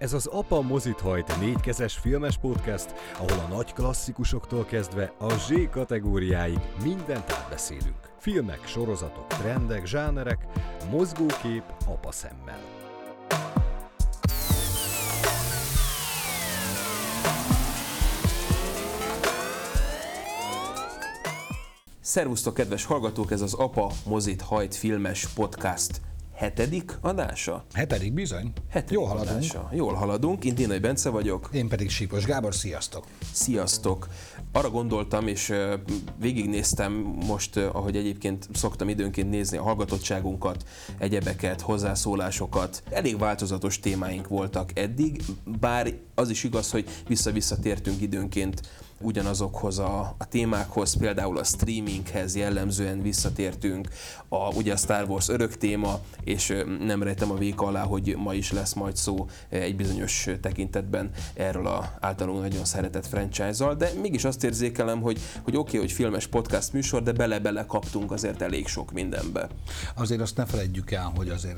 Ez az Apa mozit hajt négykezes filmes podcast, ahol a nagy klasszikusoktól kezdve a Z kategóriáig mindent átbeszélünk. Filmek, sorozatok, trendek, zsánerek, mozgókép apa szemmel. Szervusztok, kedves hallgatók! Ez az Apa mozit hajt filmes podcast 7. adása? 7. bizony. 7. Jól haladunk. Adása. Jól haladunk. Én Dénai Bence vagyok. Én pedig Sípos Gábor, sziasztok! Sziasztok! Arra gondoltam, és végignéztem most, ahogy egyébként szoktam időnként nézni a hallgatottságunkat, egyebeket, hozzászólásokat. Elég változatos témáink voltak eddig, bár az is igaz, hogy vissza-vissza tértünk időnként ugyanazokhoz a témákhoz, például a streaminghez jellemzően visszatértünk, ugye a Star Wars örök téma, és nem rejtem a véka alá, hogy ma is lesz majd szó egy bizonyos tekintetben erről az általunk nagyon szeretett franchise-zal, de mégis azt érzékelem, hogy oké, hogy filmes podcast műsor, de bele-bele kaptunk azért elég sok mindenbe. Azért azt ne felejtjük el, hogy azért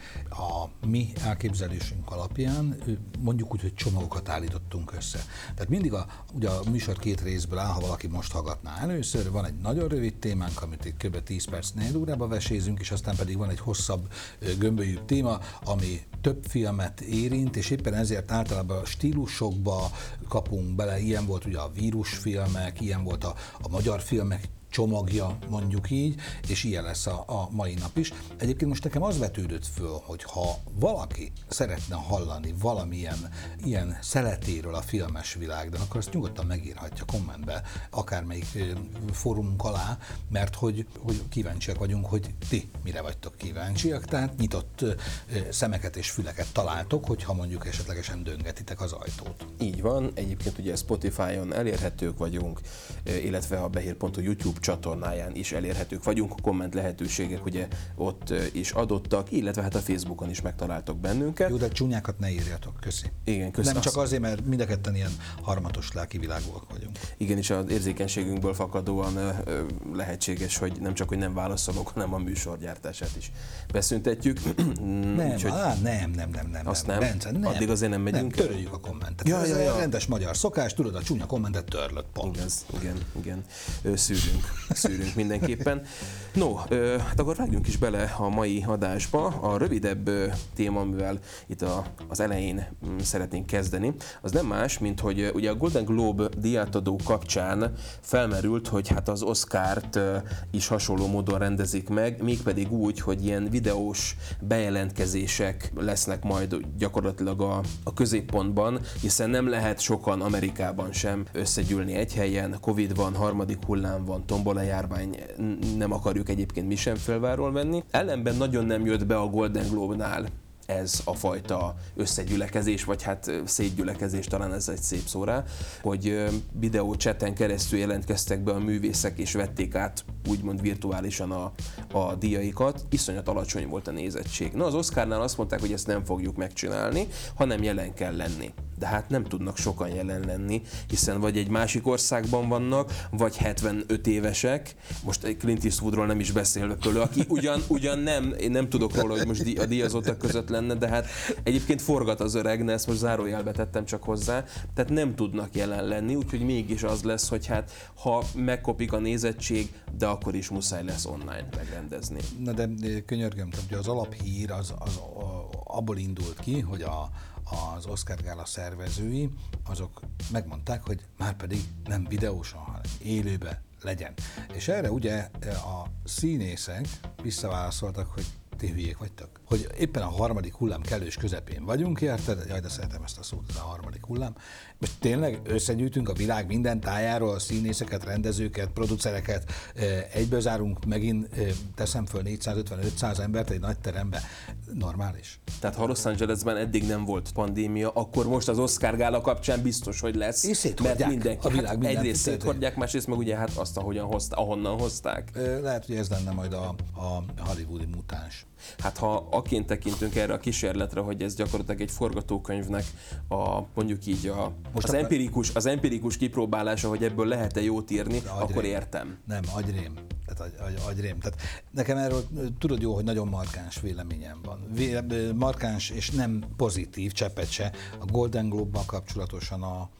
a mi elképzelésünk alapján mondjuk úgy, hogy csomagokat állítottunk össze. Tehát mindig ugye a műsor 2 részből áll, ha valaki most hallgatná először, van egy nagyon rövid témánk, amit itt kb. 10 perc, 4 órába vesézünk, és aztán pedig van egy hosszabb, gömbölyűbb téma, ami több filmet érint, és éppen ezért általában a stílusokba kapunk bele. Ilyen volt ugye a vírusfilmek, ilyen volt a magyar filmek csomagja, mondjuk így, és ilyen lesz a mai nap is. Egyébként most nekem az vetődött föl, hogy ha valaki szeretne hallani valamilyen ilyen szeletéről a filmes világban, akkor azt nyugodtan megírhatja kommentbe, akármelyik fórumunk alá, mert hogy kíváncsiak vagyunk, hogy ti mire vagytok kíváncsiak, tehát nyitott szemeket és füleket találtok, hogyha mondjuk esetlegesen döngetitek az ajtót. Így van, egyébként ugye Spotify-on elérhetők vagyunk, illetve a Behír.hu YouTube csatornáján is elérhetők vagyunk, a komment lehetőségek ugye ott is adottak, illetve hát a Facebookon is megtaláltok bennünket. Jó, de csúnyákat ne írjatok, köszi. Igen, köszi. Nem csak azért, mert mind a ketten ilyen harmatos lelki világúak vagyunk. Igen, és az érzékenységünkből fakadóan lehetséges, hogy nem csak, hogy nem válaszolok, hanem a műsorgyártását is beszüntetjük. Nem. Azt nem? Bence, nem. Addig azért nem megyünk. Nem, töröljük a kommentet. Ja. Rendes magyar szokás, tudod, a csúnya kommentet törlött, pont. Igen. Szűrünk mindenképpen. No, hát akkor vágjunk is bele a mai adásba. A rövidebb téma, amivel itt az elején szeretnénk kezdeni, az nem más, mint hogy ugye a Golden Globe díjátadó kapcsán felmerült, hogy hát az Oscart is hasonló módon rendezik meg, mégpedig úgy, hogy ilyen videós bejelentkezések lesznek majd gyakorlatilag a középpontban, hiszen nem lehet sokan Amerikában sem összegyűlni egy helyen, Covid van, harmadik hullám van, tombola járvány, nem akarjuk egyébként mi sem fölvárról venni. Ellenben nagyon nem jött be a Golden Globe-nál ez a fajta összegyülekezés, vagy hát szétgyülekezés, talán ez egy szép szó rá, hogy videó chaten keresztül jelentkeztek be a művészek, és vették át úgymond virtuálisan a díjaikat. Iszonyat alacsony volt a nézettség. Na, az Oscarnál azt mondták, hogy ezt nem fogjuk megcsinálni, hanem jelen kell lenni. De hát nem tudnak sokan jelen lenni, hiszen vagy egy másik országban vannak, vagy 75 évesek, most egy Clint Eastwoodról nem is beszélve tőle, aki ugyan nem tudok róla, hogy most a díjazottak között lenne, de hát egyébként forgat az öreg, ezt most zárójelbe tettem csak hozzá, tehát nem tudnak jelen lenni, úgyhogy mégis az lesz, hogy hát ha megkopik a nézettség, de akkor is muszáj lesz online megrendezni. Na de könyörgöm, hogy az alaphír az abból indult ki, hogy az Oscar gála szervezői, azok megmondták, hogy már pedig nem videósan, hanem élőben legyen. És erre ugye a színészek visszaválaszoltak, hogy ti hülyék vagytok. Hogy éppen a harmadik hullám kellős közepén vagyunk, érted? Jaj, de szeretem ezt a szót, a harmadik hullám. Most tényleg összegyűjtünk a világ minden tájáról a színészeket, rendezőket, producereket, egybezárunk, megint teszem föl 450-500 embert egy nagy terembe. Normális. Tehát ha Los Angelesben eddig nem volt pandémia, akkor most az Oscar gála kapcsán biztos, hogy lesz. És széthordják mindenki, a világ minden egyrészt széthordják, másrészt meg ugye hát azt, ahonnan hozták. Lehet, hogy ez lenne majd a hollywoodi mutáns. Hát ha aként tekintünk erre a kísérletre, hogy ez gyakorlatilag egy forgatókönyvnek mondjuk így az empirikus kipróbálása, hogy ebből lehet-e jót írni, akkor értem. Nem, agyrém. Tehát agyrém. Tehát nekem erről tudod jó, hogy nagyon markáns véleményem van. Markáns és nem pozitív, cseppet se. A Golden Globe-ban kapcsolatosan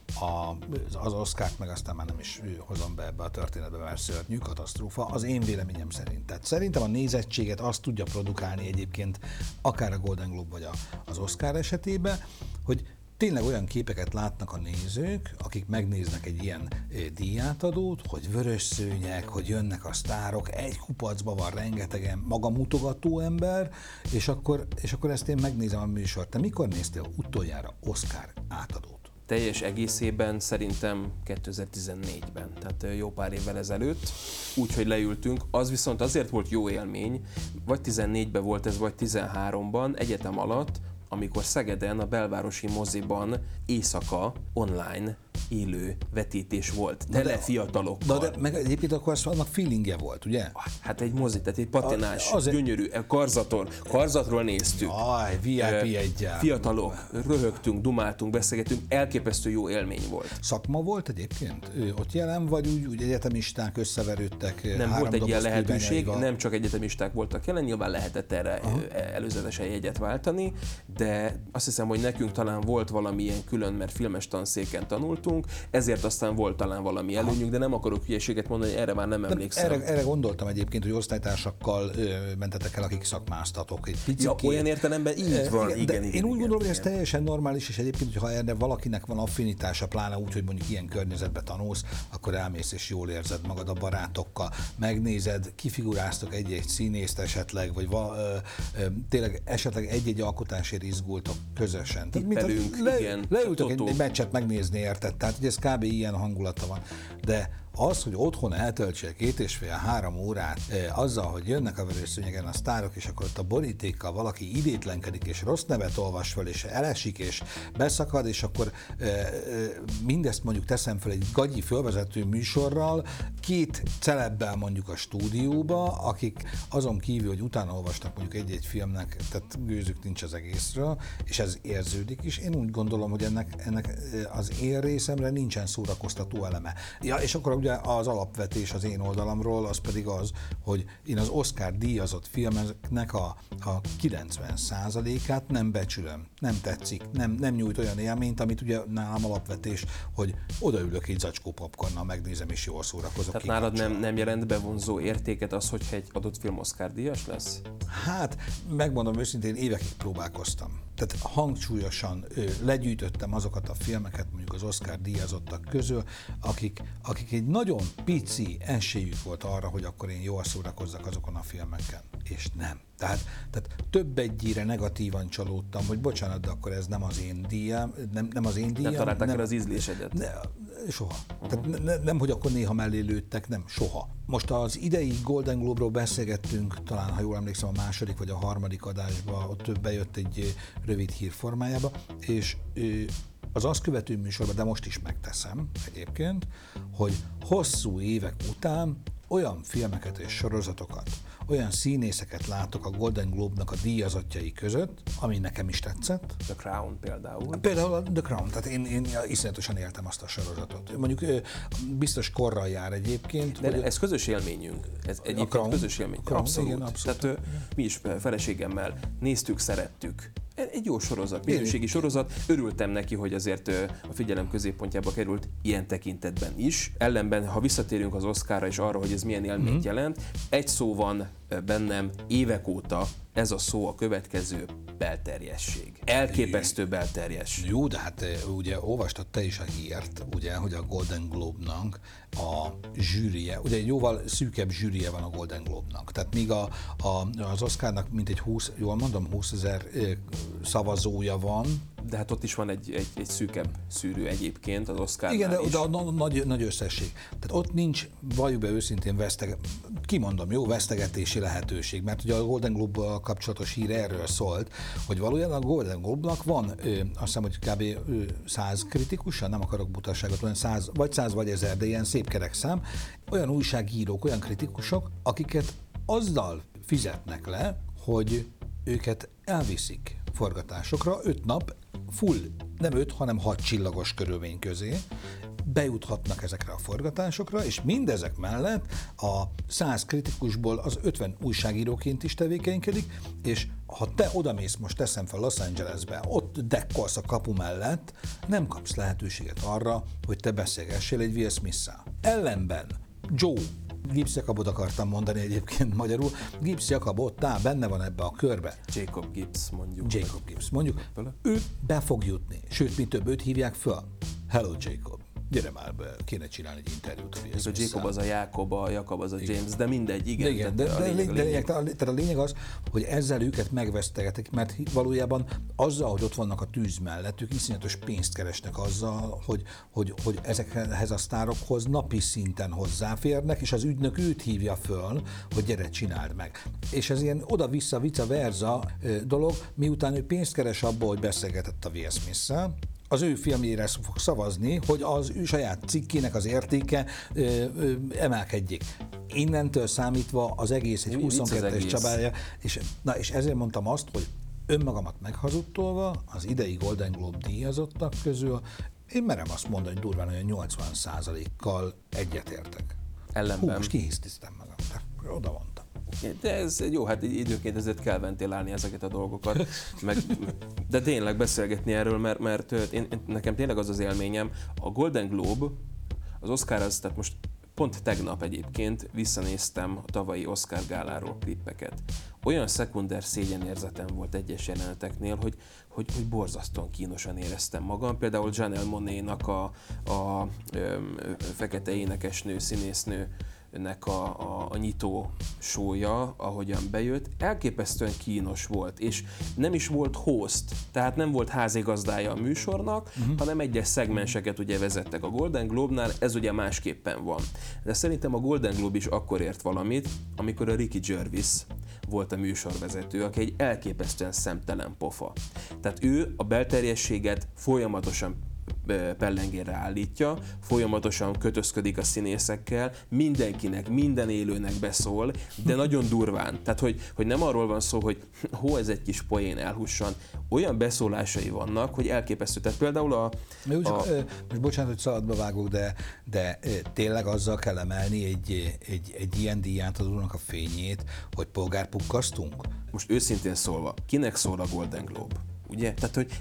az Oscart meg aztán már nem is hozom be ebbe a történetbe, mert szörnyű, katasztrófa, az én véleményem szerint. Tehát szerintem a nézettséget azt tudja produkálni egyébként akár a Golden Globe vagy az Oscar esetében, hogy tényleg olyan képeket látnak a nézők, akik megnéznek egy ilyen díjátadót, hogy vörös szőnyeg, hogy jönnek a sztárok, egy kupacban van rengetegen magamutogató ember, és akkor ezt én megnézem a műsort. Te mikor néztél utoljára Oscar átadót? Teljes egészében szerintem 2014-ben, tehát jó pár évvel ezelőtt, úgyhogy leültünk. Az viszont azért volt jó élmény, vagy 14-ben volt ez, vagy 13-ban, egyetem alatt, amikor Szegeden a belvárosi moziban éjszaka online élő vetítés volt, tele fiatalokkal. De meg egyébként akkor annak feelingje volt, ugye? Hát egy mozi, tehát egy patinás, gyönyörű, karzatról néztük. VIP egyel. Fiatalok, röhögtünk, dumáltunk, beszélgettünk, elképesztő jó élmény volt. Szakma volt egyébként? Ott jelen, vagy úgy egyetemisták összeverődtek? Nem volt egy ilyen lehetőség, nem csak egyetemisták voltak jelen, nyilván lehetett erre előzetesen jegyet váltani, de azt hiszem, hogy nekünk talán volt valamilyen külön, mert filmes tanszéken tanultunk, ezért aztán volt talán valami előnyünk, de nem akarok hülyeséget mondani, erre már nem emlékszem. Erre gondoltam egyébként, hogy osztálytársakkal mentetek el, akik szakmáztatok. Olyan értelemben így van, igen. Én úgy gondolom, hogy ez teljesen normális, és egyébként, hogyha erre valakinek van affinitása, pláne úgy, hogy mondjuk ilyen környezetben tanulsz, akkor elmész és jól érzed magad a barátokkal, megnézed, kifiguráztok egy-egy színészt esetleg, vagy tényleg esetleg egy-egy alkotásért izgultok közösen. Tippelünk, igen. Leültök egy meccset megnézni, érted? Tehát ugye ez kb. Ilyen hangulata van. De az, hogy otthon eltöltsél 2,5-3 órát azzal, hogy jönnek a vörös szőnyegen a sztárok, és akkor ott a borítékkal valaki idétlenkedik, és rossz nevet olvas fel, és elesik, és beszakad, és akkor mindezt mondjuk teszem fel egy gagyi fölvezető műsorral, 2 celebbel mondjuk a stúdióba, akik azon kívül, hogy utána olvastak mondjuk egy-egy filmnek, tehát gőzük nincs az egészről, és ez érződik is. Én úgy gondolom, hogy ennek az én részemre nincsen szórakoztató eleme. Ja, és akkor ugye az alapvetés az én oldalamról, az pedig az, hogy én az Oscar díjazott filmeknek a 90%-át nem becsülöm, nem tetszik, nem nyújt olyan élményt, amit ugye nálam alapvetés, hogy odaülök egy zacskó popcornnal, megnézem és jól szórakozok. Tehát nálad nem jelent bevonzó értéket az, hogyha egy adott film Oscar díjas lesz? Hát, megmondom őszintén, évekig próbálkoztam. Tehát hangsúlyosan legyűjtöttem azokat a filmeket, mondjuk az Oscar díjazottak közül, akik egy nagyon pici esélyük volt arra, hogy akkor én jól szórakozzak azokon a filmeken. És nem. Tehát több egyére negatívan csalódtam, hogy bocsánat, de akkor ez nem az én díjam. Nem az én díjam. Nem találták el az ízlésedet? Soha. Tehát nem, hogy akkor néha mellé lőttek, nem, soha. Most az idei Golden Globe-ról beszélgettünk, talán, ha jól emlékszem, a második vagy a harmadik adásba, ott bejött egy rövid hír formájába, és az azt követő műsorban, de most is megteszem egyébként, hogy hosszú évek után olyan filmeket és sorozatokat, olyan színészeket látok a Golden Globe-nak a díjazottjai között, ami nekem is tetszett. The Crown például. Például a The Crown, tehát én iszonyatosan éltem azt a sorozatot. Mondjuk biztos korral jár egyébként. De ez közös élményünk. Ez egyébként közös élmény. Abszolút. Igen, abszolút. Tehát mi is feleségemmel néztük, szerettük. Egy jó sorozat, minőségi sorozat. Örültem neki, hogy azért a figyelem középpontjába került ilyen tekintetben is. Ellenben, ha visszatérünk az Oscarra és arra, hogy ez milyen élményt jelent, egy szó van bennem évek óta, ez a szó a következő: belterjesség. Elképesztő belterjes. Jó, de hát ugye olvastad te is a hírt, ugye, hogy a Golden Globe-nak a zsűrije, ugye egy jóval szűkebb zsűrije van a Golden Globe-nak. Tehát míg az Oscarnak mintegy 20 000 szavazója van. De hát ott is van egy szűkebb szűrő egyébként az Oscarnál. Igen, de a nagy összesség. Tehát ott nincs, valljuk be őszintén, vesztegetési lehetőség, mert ugye a Golden Globe-val kapcsolatos hír erről szólt, hogy valójában a Golden Globe-nak van, azt hiszem, hogy kb. 100 kritikusa, nem akarok butaságot, olyan 100 vagy 1000, de ilyen szép kerek szám, olyan újságírók, olyan kritikusok, akiket azzal fizetnek le, hogy őket elviszik forgatásokra 5 nap, full, nem 5, hanem 6 csillagos körülmény közé, bejuthatnak ezekre a forgatásokra, és mindezek mellett a 100 kritikusból az 50 újságíróként is tevékenykedik, és ha te odamész, most teszem fel Los Angelesbe, ott dekkolsz a kapu mellett, nem kapsz lehetőséget arra, hogy te beszélgessél egy Will Smith-szel. Ellenben Joe, Gibbs Jakabot akartam mondani egyébként magyarul, Gibbs Jakab ott áll, benne van ebbe a körbe. Jacob Gibbs mondjuk. Ő be fog jutni, sőt, mi több, őt hívják föl. Hello Jacob, gyere már be, kéne csinálni egy interjút. Ez a Jacob az a Jákob, a Jakab az a James, igen. De mindegy, igen. Igen, de a lényeg az, hogy ezzel őket megvesztegetik, mert valójában azzal, hogy ott vannak a tűz mellett, ők iszonyatos pénzt keresnek azzal, hogy ezekhez a sztárokhoz napi szinten hozzáférnek, és az ügynök őt hívja föl, hogy gyere, csináld meg. És ez ilyen oda-vissza, vice versa dolog, miután ő pénzt keres abból, hogy beszélgetett a Will Smith-szel, az ő filmjére fog szavazni, hogy az ő saját cikkének az értéke emelkedjék. Innentől számítva az egész egy 22-es csapája, és ezért mondtam azt, hogy önmagamat meghazudtolva az idei Golden Globe díjazottak közül én merem azt mondani, hogy durván olyan 80%-kal egyetértek. Ellenben. Most kihisztiztem magam, de oda mondtam. De ez jó, hát időnként ezért kell ventilálni ezeket a dolgokat, de tényleg beszélgetni erről, mert nekem tényleg az élményem, a Golden Globe, az Oscar az, tehát most pont tegnap egyébként visszanéztem a tavalyi Oscar gáláról klippeket. Olyan szekunder szégyenérzetem volt egyes jeleneteknél, hogy borzasztóan kínosan éreztem magam. Például Janelle Monáe-nak a fekete énekesnő, színésznő, a nyitó show-ja, ahogyan bejött, elképesztően kínos volt, és nem is volt host, tehát nem volt házigazdája a műsornak, hanem egyes szegmenseket ugye vezettek a Golden Globe-nál, ez ugye másképpen van. De szerintem a Golden Globe is akkor ért valamit, amikor a Ricky Gervais volt a műsorvezető, aki egy elképesztően szemtelen pofa. Tehát ő a belterjességet folyamatosan pellengérre állítja, folyamatosan kötözködik a színészekkel, mindenkinek, minden élőnek beszól, de nagyon durván. Tehát, hogy nem arról van szó, hogy ez egy kis poén elhusson. Olyan beszólásai vannak, hogy elképesztő. Tehát például most bocsánat, hogy szabadba vágok, de tényleg azzal kell emelni egy ilyen díjátadónak a fényét, hogy polgárpukkasztunk? Most őszintén szólva, kinek szól a Golden Globe? Ugye? Tehát, hogy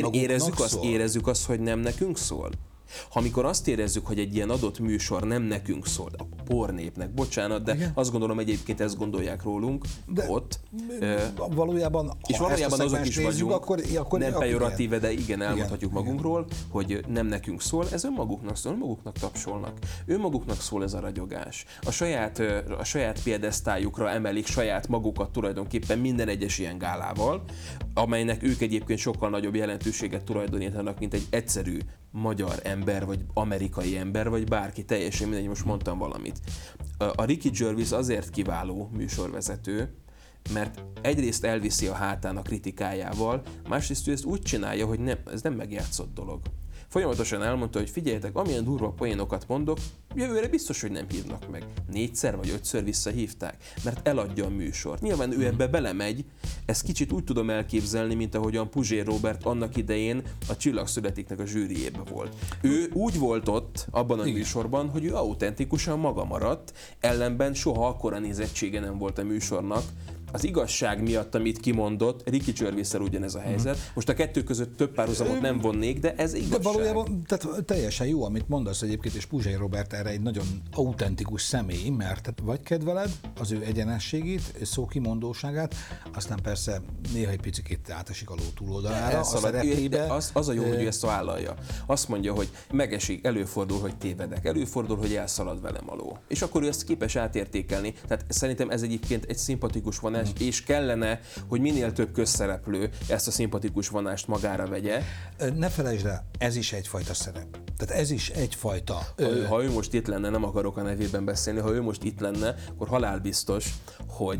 érezzük azt, hogy nem nekünk szól? Ha amikor azt érezzük, hogy egy ilyen adott műsor nem nekünk szól, a pornépnek, bocsánat, de igen. Azt gondolom egyébként ezt gondolják rólunk de ott. Valójában, és valójában azok is nézzük, vagyunk, akkor nem pejoratíve, de igen, elmondhatjuk magunkról, hogy nem nekünk szól, ez önmaguknak szól, önmaguknak tapsolnak. Önmaguknak szól ez a ragyogás. A saját piedesztájukra emelik saját magukat tulajdonképpen minden egyes ilyen gálával, amelynek ők egyébként sokkal nagyobb jelentőséget tulajdonítanak, mint egy egyszerű magyar ember, vagy amerikai ember, vagy bárki, teljesen mindegy, most mondtam valamit. A Ricky Gervais azért kiváló műsorvezető, mert egyrészt elviszi a hátán a kritikájával, másrészt ő ezt úgy csinálja, hogy ez nem megjátszott dolog. Folyamatosan elmondta, hogy figyeljetek, amilyen durva poénokat mondok, jövőre biztos, hogy nem hívnak meg. 4-szer vagy 5-ször visszahívták, mert eladja a műsort. Nyilván ő ebbe belemegy, ezt kicsit úgy tudom elképzelni, mint ahogyan Puzsér Róbert annak idején a Csillagszületiknek a zsűriébe volt. Ő úgy volt ott abban a műsorban, hogy ő autentikusan maga maradt, ellenben soha akkora nézettsége nem volt a műsornak. Az igazság miatt, amit kimondott, Ricky Gervaisszel ugyanez a helyzet. Most a kettő között több párhuzamot nem vonnék, de ez igazság. De valójában tehát teljesen jó, amit mondasz egyébként, és Puzsér Róbert erre egy nagyon autentikus személy, mert vagy kedveled az ő egyenességét, szókimondóságát, aztán persze néha egy picit átesik a ló túloldalára, a szerepébe. Az a jó, hogy ő ezt vállalja. Azt mondja, hogy megesik, előfordul, hogy tévedek, előfordul, hogy elszalad velem a ló. És akkor ő ezt képes átértékelni. Tehát szerintem ez egyébként egy szimpatikus vonás, és kellene, hogy minél több közszereplő ezt a szimpatikus vonást magára vegye. Ne felejtsd el, ez is egyfajta szerep. Tehát ez is egyfajta... Ha ő most itt lenne, nem akarok a nevében beszélni, ha ő most itt lenne, akkor halálbiztos, hogy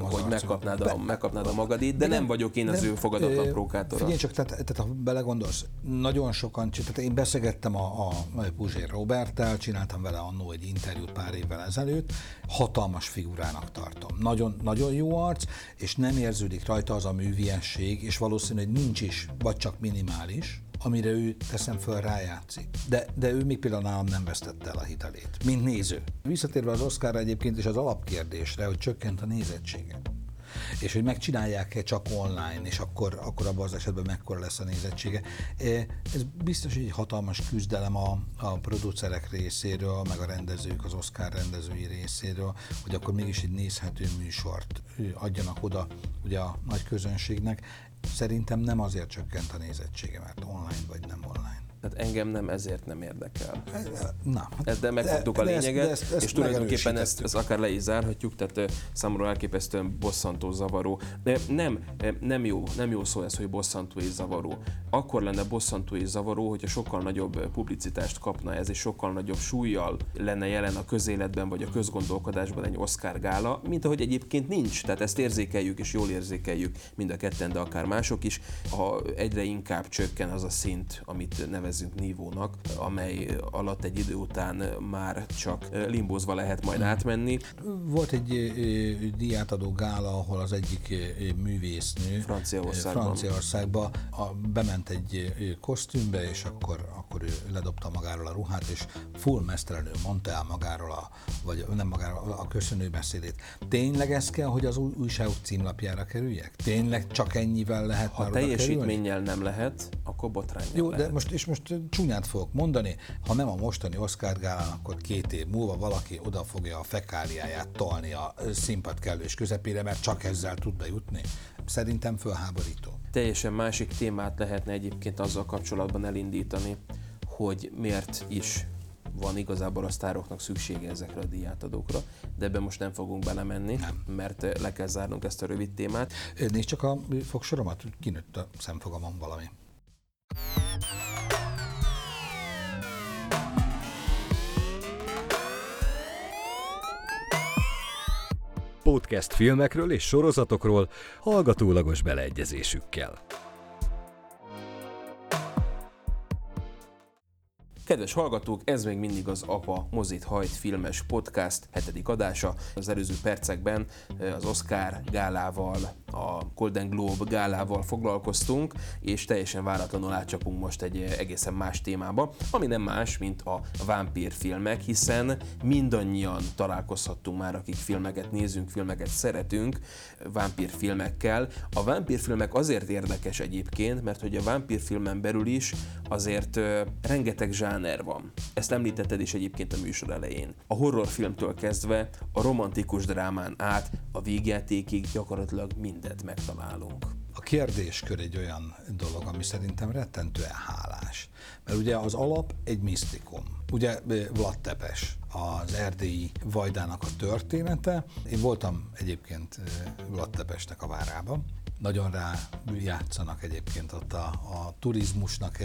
megkapnád a magadét, de nem vagyok én az ő fogadatlan prókátora. Figyelj csak, tehát ha belegondolsz, nagyon sokan, tehát én beszélgettem a Puzsér Róberttel, csináltam vele annó egy interjút pár évvel ezelőtt, hatalmas figurának tartom. Nagyon, nagyon jó arc, és nem érződik rajta az a műviesség, és valószínű, hogy nincs is, vagy csak minimális, amire ő, teszem föl, rájátszik. De ő még például nálam nem vesztette el a hitelét, mint néző. Visszatérve az Oscarra egyébként is az alapkérdésre, hogy csökkent a nézettsége. És hogy megcsinálják-e csak online, és akkor abban az esetben mekkora lesz a nézettsége. Ez biztos, hogy egy hatalmas küzdelem a producerek részéről, meg a rendezők, az Oscar rendezői részéről, hogy akkor mégis egy nézhető műsort adjanak oda ugye a nagy közönségnek. Szerintem nem azért csökkent a nézettsége, mert online vagy nem online. Tehát engem nem ezért nem érdekel. Na, de megfogtuk a lényeget, ezt és tulajdonképpen ezt akár le is zárhatjuk, tehát számomra elképesztően bosszantó, zavaró. De nem jó szó ez, hogy bosszantó és zavaró. Akkor lenne bosszantó és zavaró, hogyha sokkal nagyobb publicitást kapna ez, és sokkal nagyobb súllyal lenne jelen a közéletben, vagy a közgondolkodásban egy Oscar gála, mint ahogy egyébként nincs. Tehát ezt érzékeljük, és jól érzékeljük mind a ketten, de akár mások is. Ha egyre inkább csökken az a szint, amit nevezünk nívónak, amely alatt egy idő után már csak limbózva lehet majd átmenni. Volt egy díjátadó gála, ahol az egyik művésznő Franciaországba bement egy kosztümbe, és akkor ő ledobta magáról a ruhát, és full mesztelenül mondta el magáról vagy nem magáról a köszönőbeszédét. Tényleg ez kell, hogy az újságok címlapjára kerüljek? Tényleg csak ennyivel lehet már oda kerülni? Ha teljesítménnyel nem lehet, akkor botránnyal jó, lehet. De most csúnyát fogok mondani, ha nem a mostani Oscar gálán, akkor 2 év múlva valaki oda fogja a fekáliáját tolni a színpad kellős közepére, mert csak ezzel tud bejutni. Szerintem fölháborító. Teljesen másik témát lehetne egyébként azzal kapcsolatban elindítani, hogy miért is van igazából a sztároknak szüksége ezekre a díjátadókra, de ebben most nem fogunk belemenni, mert le kell zárnunk ezt a rövid témát. Nézd csak a fogsoromat, kinőtt a szemfogamon valami. Podcast filmekről és sorozatokról hallgatólagos beleegyezésükkel. Kedves hallgatók, ez még mindig az Apa mozit hajt filmes podcast 7. adása. Az előző percekben az Oscar gálával, a Golden Globe gálával foglalkoztunk, és teljesen váratlanul átcsapunk most egy egészen más témába, ami nem más, mint a vámpírfilmek, hiszen mindannyian találkozhattunk már, akik filmeket nézünk, filmeket szeretünk, vámpírfilmekkel. A vámpírfilmek azért érdekes egyébként, mert hogy a vámpírfilmen belül is azért rengeteg zsáner van. Ezt említetted is egyébként a műsor elején. A horrorfilmtől kezdve a romantikus drámán át a vígjátékig gyakorlatilag mindent megtalálunk. A kérdéskör egy olyan dolog, ami szerintem rettentően hálás. Mert ugye az alap egy misztikum. Ugye Vlad Tepes, az erdélyi vajdának a története. Én voltam egyébként Vlad Tepesnek a várában. Nagyon rá játszanak egyébként ott a turizmusnak,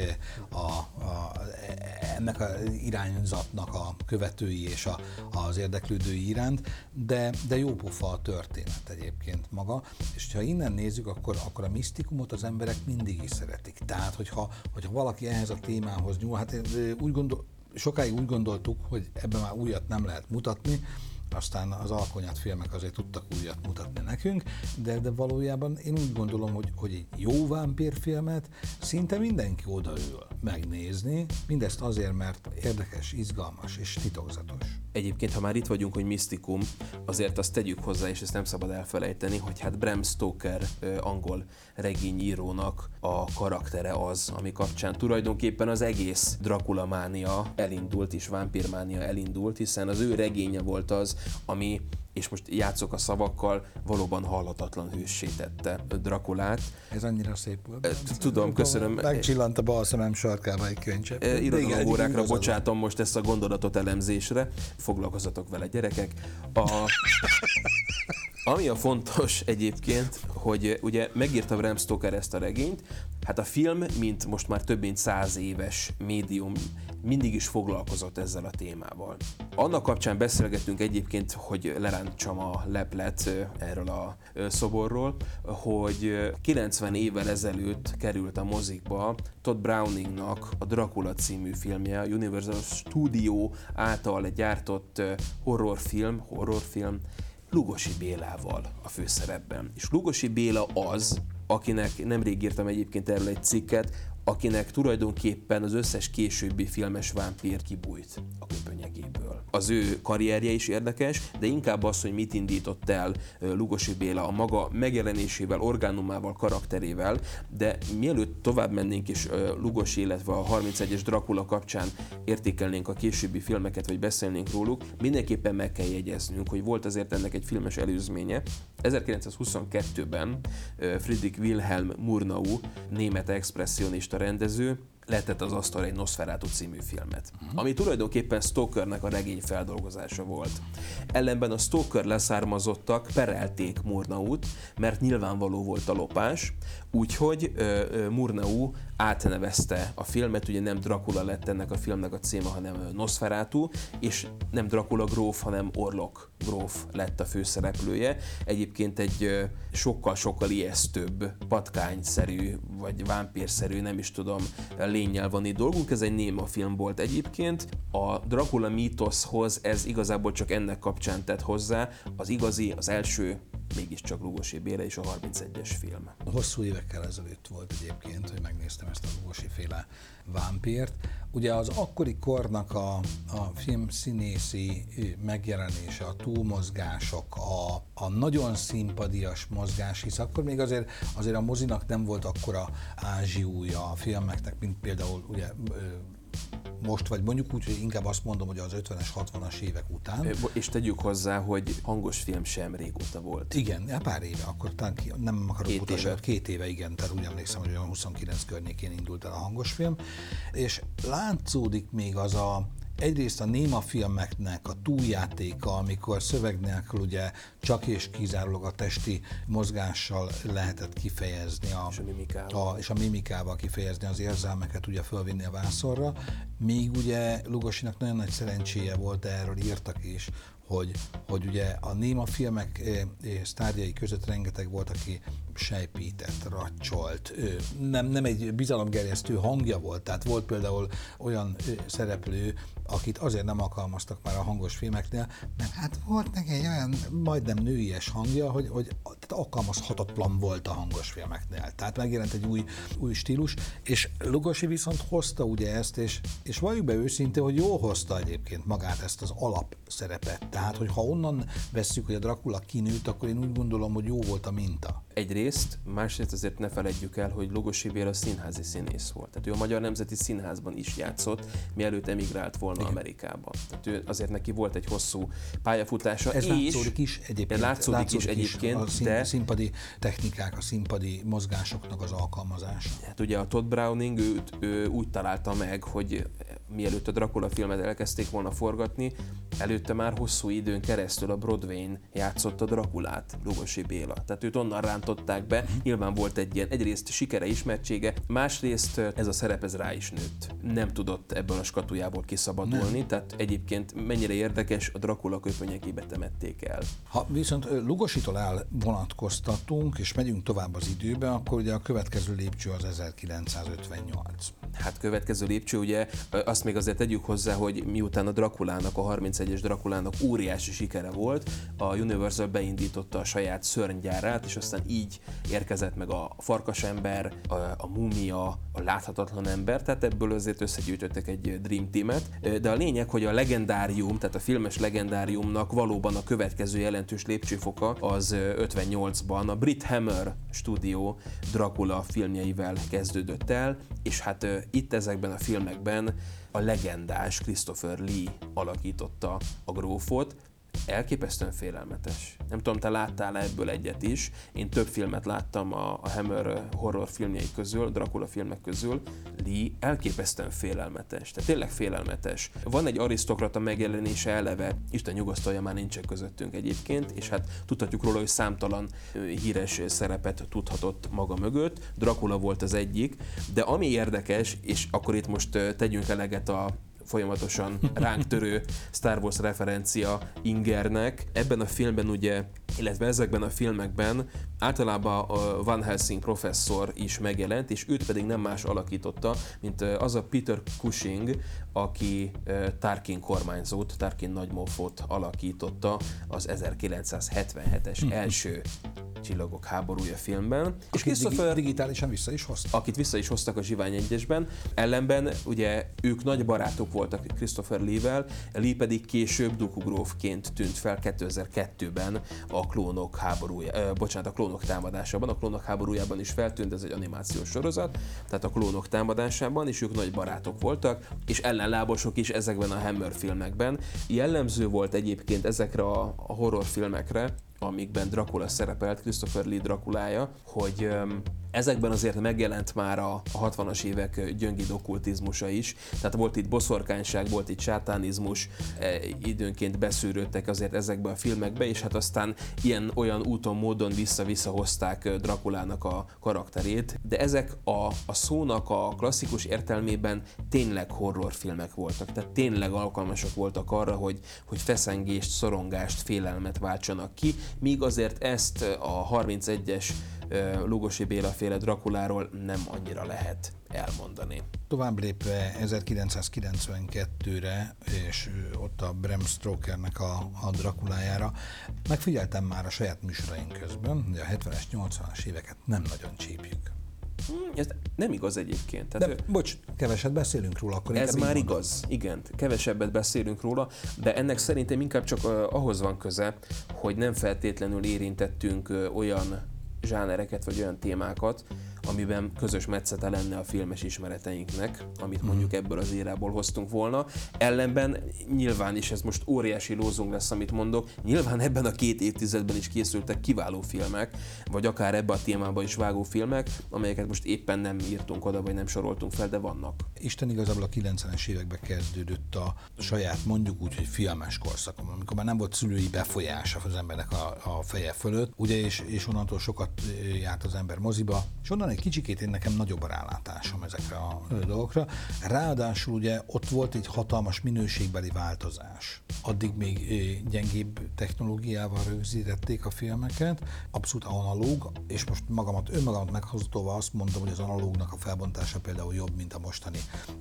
ennek az irányzatnak a követői és az érdeklődői iránt, de jó pofa a történet egyébként maga, és ha innen nézzük, akkor a misztikumot az emberek mindig is szeretik. Tehát, hogyha valaki ehhez a témához nyúl, hát sokáig úgy gondoltuk, hogy ebben már újat nem lehet mutatni, aztán az alkonyat filmek azért tudtak újat mutatni nekünk, de valójában én úgy gondolom, hogy egy jó vámpírfilmet szinte mindenki odaül megnézni, mindezt azért, mert érdekes, izgalmas és titokzatos. Egyébként, ha már itt vagyunk, hogy misztikum, azért azt tegyük hozzá, és ezt nem szabad elfelejteni, hogy hát Bram Stoker angol regényírónak a karaktere az, ami kapcsán tulajdonképpen az egész Dracula mánia elindult, és vámpírmánia elindult, hiszen az ő regénye volt az, ami, és most játszok a szavakkal, valóban halhatatlan hőssé tette Draculát. Ez annyira szép volt. Tudom, köszönöm. Megcsillant a bal szemem sarkába egy könycsepp. Irodalomórákra bocsátom most ezt a gondolatot elemzésre. Foglalkozzatok vele, gyerekek. Ami a fontos egyébként, hogy ugye megírta Bram Stoker ezt a regényt, hát a film, mint most már több mint 100 éves médium, mindig is foglalkozott ezzel a témával. Annak kapcsán beszélgettünk egyébként, hogy lerántsam a leplet erről a szoborról, hogy 90 évvel ezelőtt került a mozikba Todd Browningnak a Dracula című filmje, a Universal Studio által gyártott horrorfilm, Lugosi Bélával a főszerepben. És Lugosi Béla az, akinek nemrég írtam egyébként erről egy cikket, akinek tulajdonképpen az összes későbbi filmes vámpír kibújt a köpönyegéből. Az ő karrierje is érdekes, de inkább az, hogy mit indított el Lugosi Béla a maga megjelenésével, orgánumával, karakterével, de mielőtt tovább mennénk és Lugosi, illetve a 31-es Dracula kapcsán értékelnénk a későbbi filmeket, vagy beszélnénk róluk, mindenképpen meg kell jegyeznünk, hogy volt azért ennek egy filmes előzménye. 1922-ben Friedrich Wilhelm Murnau, német expresszionista rendező, letett az asztalra egy Nosferatu című filmet, ami tulajdonképpen Stokernek a regény feldolgozása volt. Ellenben a Stoker leszármazottak perelték Murnaut, mert nyilvánvaló volt a lopás, úgyhogy Murnau átnevezte a filmet, ugye nem Dracula lett ennek a filmnek a címe, hanem Nosferatu, és nem Dracula gróf, hanem Orlok gróf lett a főszereplője. Egyébként egy sokkal-sokkal ijesztőbb, patkányszerű, vagy vámpírszerű, nem is tudom, lénnyel van itt dolgunk. Ez egy néma film volt egyébként. A Dracula mítoszhoz ez igazából csak ennek kapcsán tett hozzá. Az igazi, az első mégiscsak Lugosi Béla és a 31-es film. Hosszú évekkel ezelőtt volt egyébként, hogy megnéztem ezt a Lugosi-féle vámpírt. Ugye az akkori kornak a filmszínészi megjelenése, a túlmozgások, a nagyon színpadias mozgás, hisz akkor még azért a mozinak nem volt akkora ázsiúja a filmeknek, mint például ugye most, vagy mondjuk úgy, hogy inkább azt mondom, hogy az 50-es, 60-as évek után. És tegyük hozzá, hogy hangos film sem régóta volt. Igen, pár éve, akkor talán nem akarok utasítani, 2 éve, igen, tehát úgy emlékszem, hogy olyan 29 környékén indult el a hangos film, és látszódik még az egyrészt a néma filmeknek a túljátéka, amikor szöveg nélkül ugye csak és kizárólag a testi mozgással lehetett kifejezni és a mimikával kifejezni az érzelmeket, ugye fölvinni a vászonra, míg ugye Lugosinak nagyon nagy szerencséje volt, erről írtak is, hogy ugye a néma filmek sztárjai között rengeteg volt, aki sejpített, raccsolt, nem egy bizalomgerjesztő hangja volt, tehát volt például olyan szereplő, akit azért nem alkalmaztak már a hangos filmeknél, mert hát volt neki egy olyan majdnem nőies hangja, hogy alkalmazhatatlan volt a hangos filmeknél. Tehát megjelent egy új stílus, és Lugosi viszont hozta ugye ezt, és valljuk be őszintén, hogy jól hozta egyébként magát ezt az alapszerepet. Tehát, hogy ha onnan vesszük, hogy a Dracula kinőtt, akkor én úgy gondolom, hogy jó volt a minta. Egyrészt, másrészt azért ne feledjük el, hogy Lugosi Béla színházi színész volt. Tehát ő a Magyar Nemzeti Színházban is játszott, mielőtt emigrált volna Amerikába. Tehát ő, azért neki volt egy hosszú pályafutása. Ez látszódik is egyébként. A színpadi technikák, a színpadi mozgásoknak az alkalmazása. Hát ugye a Todd Browning ő úgy találta meg, hogy mielőtt a Dracula filmet elkezdték volna forgatni, előtte már hosszú időn keresztül a Broadwayn játszott a Draculát, Lugosi Béla. Tehát őt onnan rántották be, nyilván volt egy ilyen egyrészt sikere, ismertsége, másrészt ez a szerep ez rá is nőtt. Nem tudott ebből a skatujából kiszabadulni, tehát egyébként mennyire érdekes, a Dracula köpönyegébe temették el. Ha viszont Lugositól elvonatkoztatunk, és megyünk tovább az időbe, akkor ugye a következő lépcső az 1958. Hát következő lépcső, ugye azt még azért tegyük hozzá, hogy miután a Draculának, a 31-es Draculának óriási sikere volt, a Universal beindította a saját szörnygyárát, és aztán így érkezett meg a farkasember, a mumia, a láthatatlan ember, tehát ebből azért összegyűjtöttek egy Dream Teamet. De a lényeg, hogy a legendárium, tehát a filmes legendáriumnak valóban a következő jelentős lépcsőfoka az 58-ban a Brit Hammer stúdió Dracula filmjeivel kezdődött el, és hát itt ezekben a filmekben a legendás Christopher Lee alakította a grófot. Elképesztően félelmetes. Nem tudom, te láttál ebből egyet is. Én több filmet láttam a Hammer horror filmjei közül, Dracula filmek közül. Lee elképesztően félelmetes. Tehát tényleg félelmetes. Van egy arisztokrata megjelenése eleve, Isten nyugosztalja, már nincsen közöttünk egyébként, és hát tudhatjuk róla, hogy számtalan híres szerepet tudhatott maga mögött. Dracula volt az egyik, de ami érdekes, és akkor itt most tegyünk eleget a folyamatosan ránk törő Star Wars referencia ingernek. Ebben a filmben ugye, illetve ezekben a filmekben általában a Van Helsing professzor is megjelent, és őt pedig nem más alakította, mint az a Peter Cushing, aki Tarkin kormányzót, Tarkin nagymófot alakította az 1977-es első Csillagok háborúja filmben. És Christopher digitálisan vissza is hoztak. Akit vissza is hoztak a Zsivány 1-esben. Ellenben ugye ők nagy barátok voltak Christopher Lee-vel, Lee pedig később Dooku grófként tűnt fel 2002-ben a Klónok a Klónok támadásában. A Klónok háborújában is feltűnt, ez egy animációs sorozat, tehát a Klónok támadásában is ők nagy barátok voltak, és ellenlábosok is ezekben a Hammer filmekben. Jellemző volt egyébként ezekre a horrorfilmekre, amikben Dracula szerepelt, Christopher Lee Draculája, hogy ezekben azért megjelent már a 60-as évek gyöngéd okkultizmusa is, tehát volt itt boszorkányság, volt itt sátánizmus, időnként beszűrődtek azért ezekbe a filmekbe, és hát aztán ilyen-olyan úton, módon vissza-vissza hozták Draculának a karakterét, de ezek a szónak a klasszikus értelmében tényleg horrorfilmek voltak, tehát tényleg alkalmasak voltak arra, hogy feszengést, szorongást, félelmet váltsanak ki, míg azért ezt a 31-es Lugosi Béla féle Draculáról nem annyira lehet elmondani. Tovább lépve 1992-re, és ott a Bram Stokernek a Draculájára, megfigyeltem már a saját műsoraink közben, hogy a 70-es, 80-as éveket nem nagyon csípjük. Ez nem igaz egyébként. Tehát bocs, keveset beszélünk róla, akkor ez már igaz, igen, kevesebbet beszélünk róla, de ennek szerintem inkább csak ahhoz van köze, hogy nem feltétlenül érintettünk olyan zsánereket vagy olyan témákat, amiben közös metszete lenne a filmes ismereteinknek, amit mondjuk ebből az érából hoztunk volna. Ellenben nyilván, és ez most óriási lózung lesz, amit mondok, nyilván ebben a 2 évtizedben is készültek kiváló filmek, vagy akár ebbe a témába is vágó filmek, amelyeket most éppen nem írtunk oda, vagy nem soroltunk fel, de vannak. Isten igazából a 90-es években kezdődött a saját, mondjuk úgy, hogy filmes korszakom, amikor már nem volt szülői befolyása az embernek a feje fölött, ugye, és onnantól sokat járt az ember moziba, és onnan egy kicsikét én nekem nagyobb a rálátásom ezekre a dolgokra. Ráadásul ugye ott volt egy hatalmas minőségbeli változás. Addig még gyengébb technológiával rögzítették a filmeket, abszolút analóg, és most önmagamat meghozótóval azt mondom, hogy az analógnak a felbontása például jobb, mint a mostani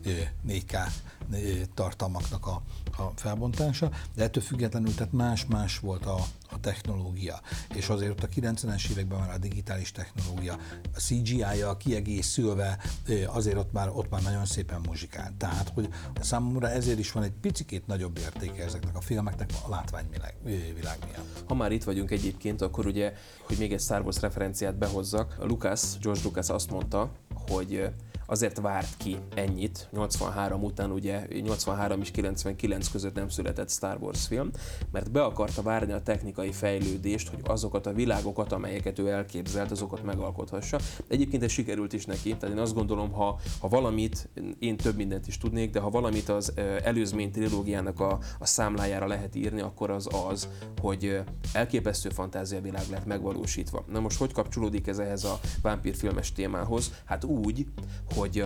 4K tartalmaknak a felbontása, de ettől függetlenül tehát más volt a technológia, és azért ott a 90-es években már a digitális technológia, a CGI-jal kiegészülve azért ott már nagyon szépen muzsikált. Tehát, hogy számomra ezért is van egy picikét nagyobb értéke ezeknek a filmeknek a látványvilág miatt. Ha már itt vagyunk egyébként, akkor ugye, hogy még egy Star Wars referenciát behozzak, George Lucas azt mondta, hogy azért várt ki ennyit, 83 után ugye 83 és 99 között nem született Star Wars film, mert be akarta várni a technikai fejlődést, hogy azokat a világokat, amelyeket ő elképzelt, azokat megalkothassa. Egyébként ez sikerült is neki, tehát én azt gondolom, ha valamit, én több mindent is tudnék, de ha valamit az előzmény trilógiának a számlájára lehet írni, akkor az, hogy elképesztő fantáziavilág lett megvalósítva. Na most hogy kapcsolódik ez ehhez a vámpírfilmes témához? Hát úgy, hogy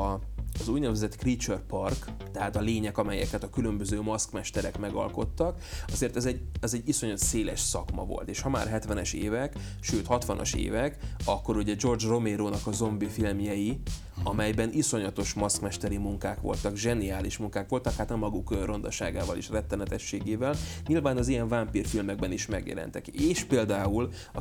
az úgynevezett Creature Park, tehát a lények, amelyeket a különböző maszkmesterek megalkottak, azért ez egy iszonyat széles szakma volt, és ha már 70-es évek, sőt 60-as évek, akkor ugye George Romero-nak a zombi filmjei, amelyben iszonyatos maszkmesteri munkák voltak, zseniális munkák voltak, hát a maguk rondaságával és rettenetességével, nyilván az ilyen vámpírfilmekben is megjelentek. És például a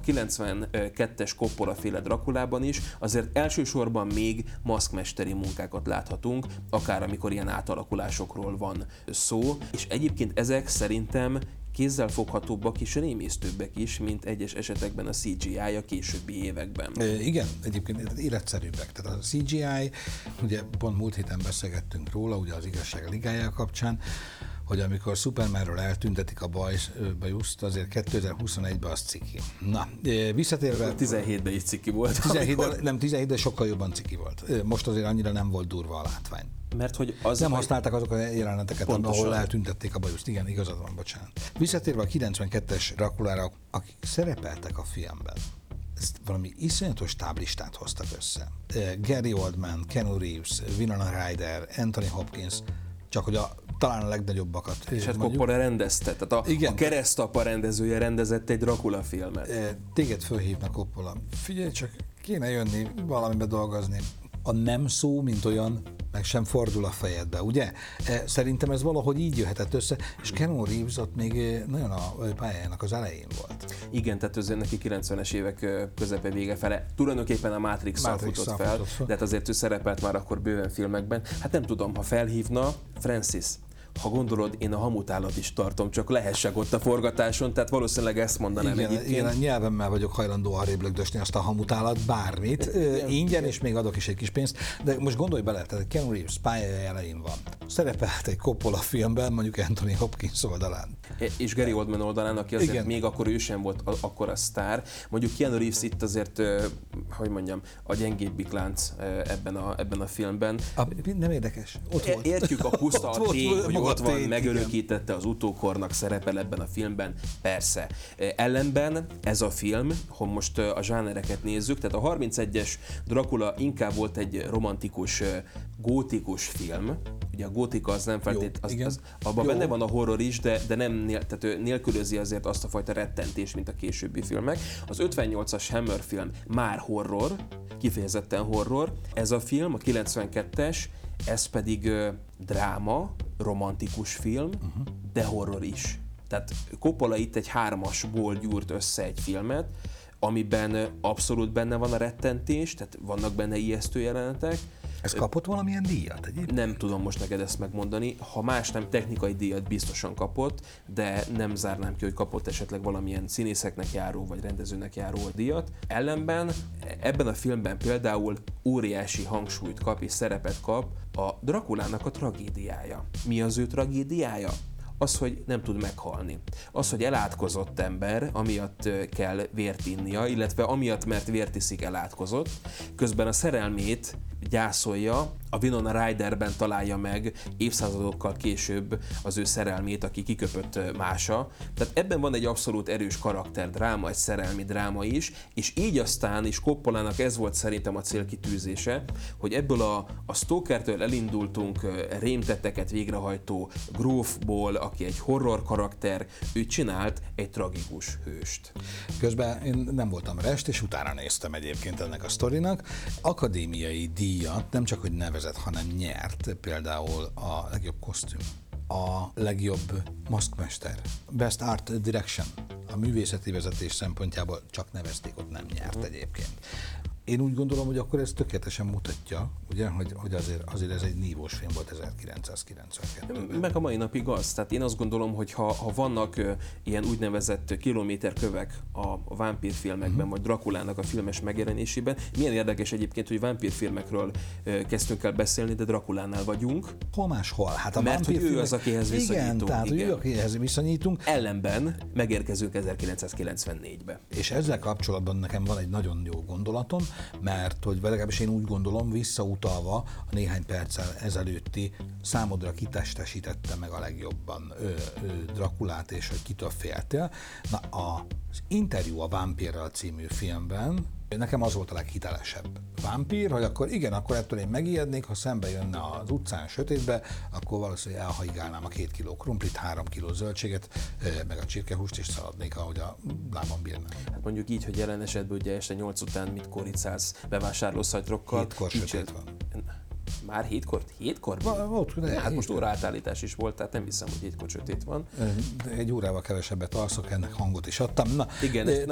92-es Coppola-féle Draculában is azért elsősorban még maszkmesteri munkákat láthatunk, akár amikor ilyen átalakulásokról van szó, és egyébként ezek szerintem kézzelfoghatóbbak és rémisztőbbek is, mint egyes esetekben a CGI a későbbi években. Igen, egyébként életszerűbbek. Tehát a CGI, ugye pont múlt héten beszélgettünk róla, ugye az Igazság Ligája kapcsán, hogy amikor Supermanről eltüntetik a bajuszt, azért 2021-ben az ciki. Na, visszatérve... 17-ben is ciki volt. 17-ben sokkal jobban ciki volt. Most azért annyira nem volt durva a látvány. Mert hogy az nem használták azok a jeleneteket, ahol eltüntették a bajuszt. Igen, igazad van, bocsánat. Visszatérve a 92-es Draculára, akik szerepeltek a filmben, ezt valami iszonyatos táblistát hoztak össze. Gary Oldman, Keanu Reeves, Winona Ryder, Anthony Hopkins, csak hogy talán a legnagyobbakat. És hát Coppola rendezte, tehát a Keresztapa rendezője rendezett egy Dracula filmet. Téged fölhívnak, Coppola. Figyelj csak, kéne jönni valamibe dolgozni. A nem szó, mint olyan meg sem fordul a fejedbe, ugye? Szerintem ez valahogy így jöhetett össze, és Keanu Reeves ott még nagyon a pályájának az elején volt. Igen, tehát azért neki 90-es évek közepe vége fele. Tulajdonképpen a Matrix-szal futott fel, de hát azért ő szerepelt már akkor bőven filmekben. Hát nem tudom, ha felhívna Francis, ha gondolod, én a Hamutállat is tartom, csak lehessek ott a forgatáson, tehát valószínűleg ezt mondanám egyébként. Igen, a nyelvemmel vagyok hajlandó arrébb lögdösni azt a Hamutállat, bármit, ingyen, és még adok is egy kis pénzt, de most gondolj bele, tehát Keanu Reeves pályája elején van. Szerepelt egy Coppola filmben, mondjuk Anthony Hopkins oldalán. És Gary Oldman oldalán, aki azért igen, még akkor ő sem volt akkora sztár. Mondjuk Keanu Reeves itt azért, hogy mondjam, a gyengébbik lánc ebben a filmben. Nem érdekes. Ott volt. Értjük a puszta a tény, hogy ott van, megörökítette az utókornak, szerepel ebben a filmben, persze. Ellenben ez a film, ha most a zsánereket nézzük, tehát a 31-es Dracula inkább volt egy romantikus, gótikus film. Ugye a gótika az nem feltétlenül, abban benne van a horror is, de nem, tehát ő nélkülözi azért azt a fajta rettentést, mint a későbbi filmek. Az 58-as Hammer film már horror, kifejezetten horror. Ez a film, a 92-es, ez pedig dráma, romantikus film, de horror is. Tehát Coppola itt egy 3-asból gyúrt össze egy filmet, amiben abszolút benne van a rettentés, tehát vannak benne ijesztő jelenetek. Ez kapott valamilyen díjat egyébként? Nem tudom most neked ezt megmondani. Ha más nem, technikai díjat biztosan kapott, de nem zárnám ki, hogy kapott esetleg valamilyen színészeknek járó vagy rendezőnek járó díjat. Ellenben ebben a filmben például óriási hangsúlyt kap és szerepet kap a Draculának a tragédiája. Mi az ő tragédiája? Az, hogy nem tud meghalni. Az, hogy elátkozott ember, amiatt kell vért innia, illetve amiatt, mert vért iszik, elátkozott, közben a szerelmét gyászolja, a Winona Ryderben találja meg évszázadokkal később az ő szerelmét, aki kiköpött mása. Tehát ebben van egy abszolút erős karakterdráma, egy szerelmi dráma is, és így aztán is Coppolának ez volt szerintem a célkitűzése, hogy ebből a stalkertől elindultunk rémtetteket végrehajtó grófból, aki egy horror karakter, ő csinált egy tragikus hőst. Közben én nem voltam rest, és utána néztem egyébként ennek a sztorinak. Akadémiai díjat nem csak, hogy nevezett, hanem nyert, például a legjobb kosztüm, a legjobb maszkmester, Best Art Direction, a művészeti vezetés szempontjából csak nevezték, ott nem nyert egyébként. Én úgy gondolom, hogy akkor ez tökéletesen mutatja, ugye, hogy azért ez egy nívós film volt 1992-ben. Meg a mai napig az. Tehát én azt gondolom, hogy ha vannak ilyen úgynevezett kilométerkövek a vámpírfilmekben, vagy Draculának a filmes megjelenésében, milyen érdekes egyébként, hogy vámpírfilmekről kezdtünk el beszélni, de Draculánál vagyunk. Hol máshol? Hát a mert hogy ő az, akihez viszonyítunk. Igen, tehát ő, akihez viszonyítunk. Ellenben megérkezünk 1994-be. És ezzel kapcsolatban nekem van egy nagyon jó gondolatom, mert hogy legalábbis én úgy gondolom, visszautalva a néhány perccel ezelőtti számodra kitestesítette meg a legjobban Draculát, és hogy kitől féltél. Na, az Interjú a vámpírral című filmben nekem az volt a leghitelesebb vámpír, hogy akkor igen, akkor ettől én megijednék, ha szembe jönne az utcán sötétbe, akkor valószínűleg elhaigálnám a 2 kiló krumplit, 3 kiló zöldséget, meg a csirkehúst, és szaladnék, ahogy a lábam bírnám. Hát mondjuk így, hogy jelen esetben ugye este 8 után mit koricálsz bevásárlószatyrokkal. 7-kor sötét van. Már 7-kor? 7-kor? Hát most óraátállítás is volt, tehát nem hiszem, hogy 7-kor sötét van. Egy órával kevesebbet alszok, ennek hangot is adtam. Na, igen,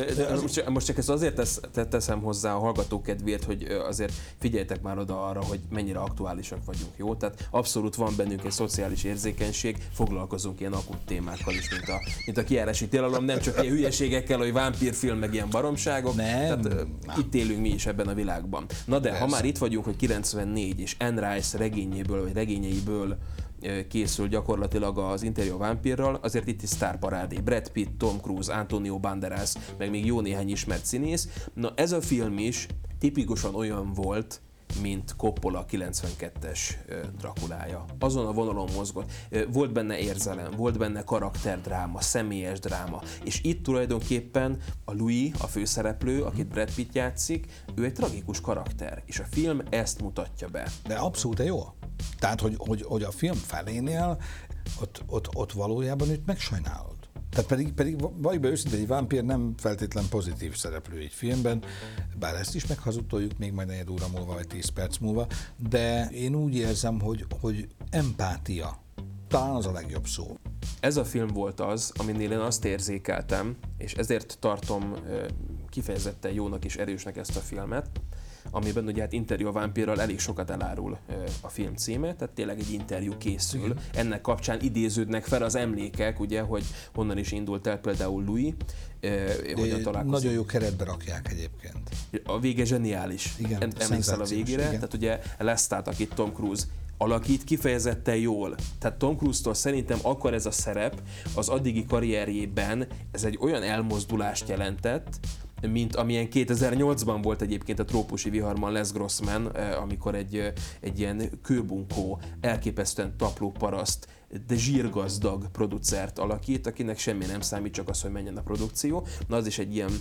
most csak ezt azért teszem hozzá a hallgató kedvéért, hogy azért figyeljetek már oda arra, hogy mennyire aktuálisak vagyunk, jó? Tehát abszolút van bennünk egy szociális érzékenység, foglalkozunk ilyen akut témákkal is, mint a kijárási tilalom, nem csak ilyen hülyeségekkel, hogy vámpírfilm, meg ilyen baromságok. Nem. Itt élünk mi is ebben a világban. Na de, ha már itt vagyunk, hogy 94 és Anne Rice regényeiből készül gyakorlatilag az Interjú a vámpírral, azért itt is sztárparádé. Brad Pitt, Tom Cruise, Antonio Banderas, meg még jó néhány ismert színész. Na ez a film is tipikusan olyan volt, mint Coppola 92-es Draculája. Azon a vonalon mozgott. Volt benne érzelem, volt benne karakterdráma, személyes dráma, és itt tulajdonképpen a Louis, a főszereplő, akit Brad Pitt játszik, ő egy tragikus karakter, és a film ezt mutatja be. De abszolút jó. Tehát, hogy a film felénél ott valójában őt megsajnálod. Tehát pedig valljuk be őszintén, egy vámpír nem feltétlen pozitív szereplő egy filmben, bár ezt is meghazudtoljuk még majd 4 óra múlva, vagy 10 perc múlva, de én úgy érzem, hogy empátia. Talán az a legjobb szó. Ez a film volt az, aminél én azt érzékeltem, és ezért tartom kifejezetten jónak és erősnek ezt a filmet, amiben ugye hát Interjú a vámpírral elég sokat elárul a film címe, tehát tényleg egy interjú készül. Igen. Ennek kapcsán idéződnek fel az emlékek, ugye, hogy honnan is indult el például Louis, hogyan találkozott. Nagyon jó keretbe rakják egyébként. A vége zseniális. Igen, emlékszel a végére? Igen. Tehát ugye Lestat, akit Tom Cruise alakít, kifejezetten jól. Tehát Tom Cruise-tól szerintem akkor ez a szerep az addigi karrierjében ez egy olyan elmozdulást jelentett, mint amilyen 2008-ban volt egyébként a Trópusi viharban Les Grossman, amikor egy ilyen kőbunkó, elképesztően tapló paraszt, de zsírgazdag producert alakít, akinek semmi nem számít, csak az, hogy menjen a produkció. Na az is egy ilyen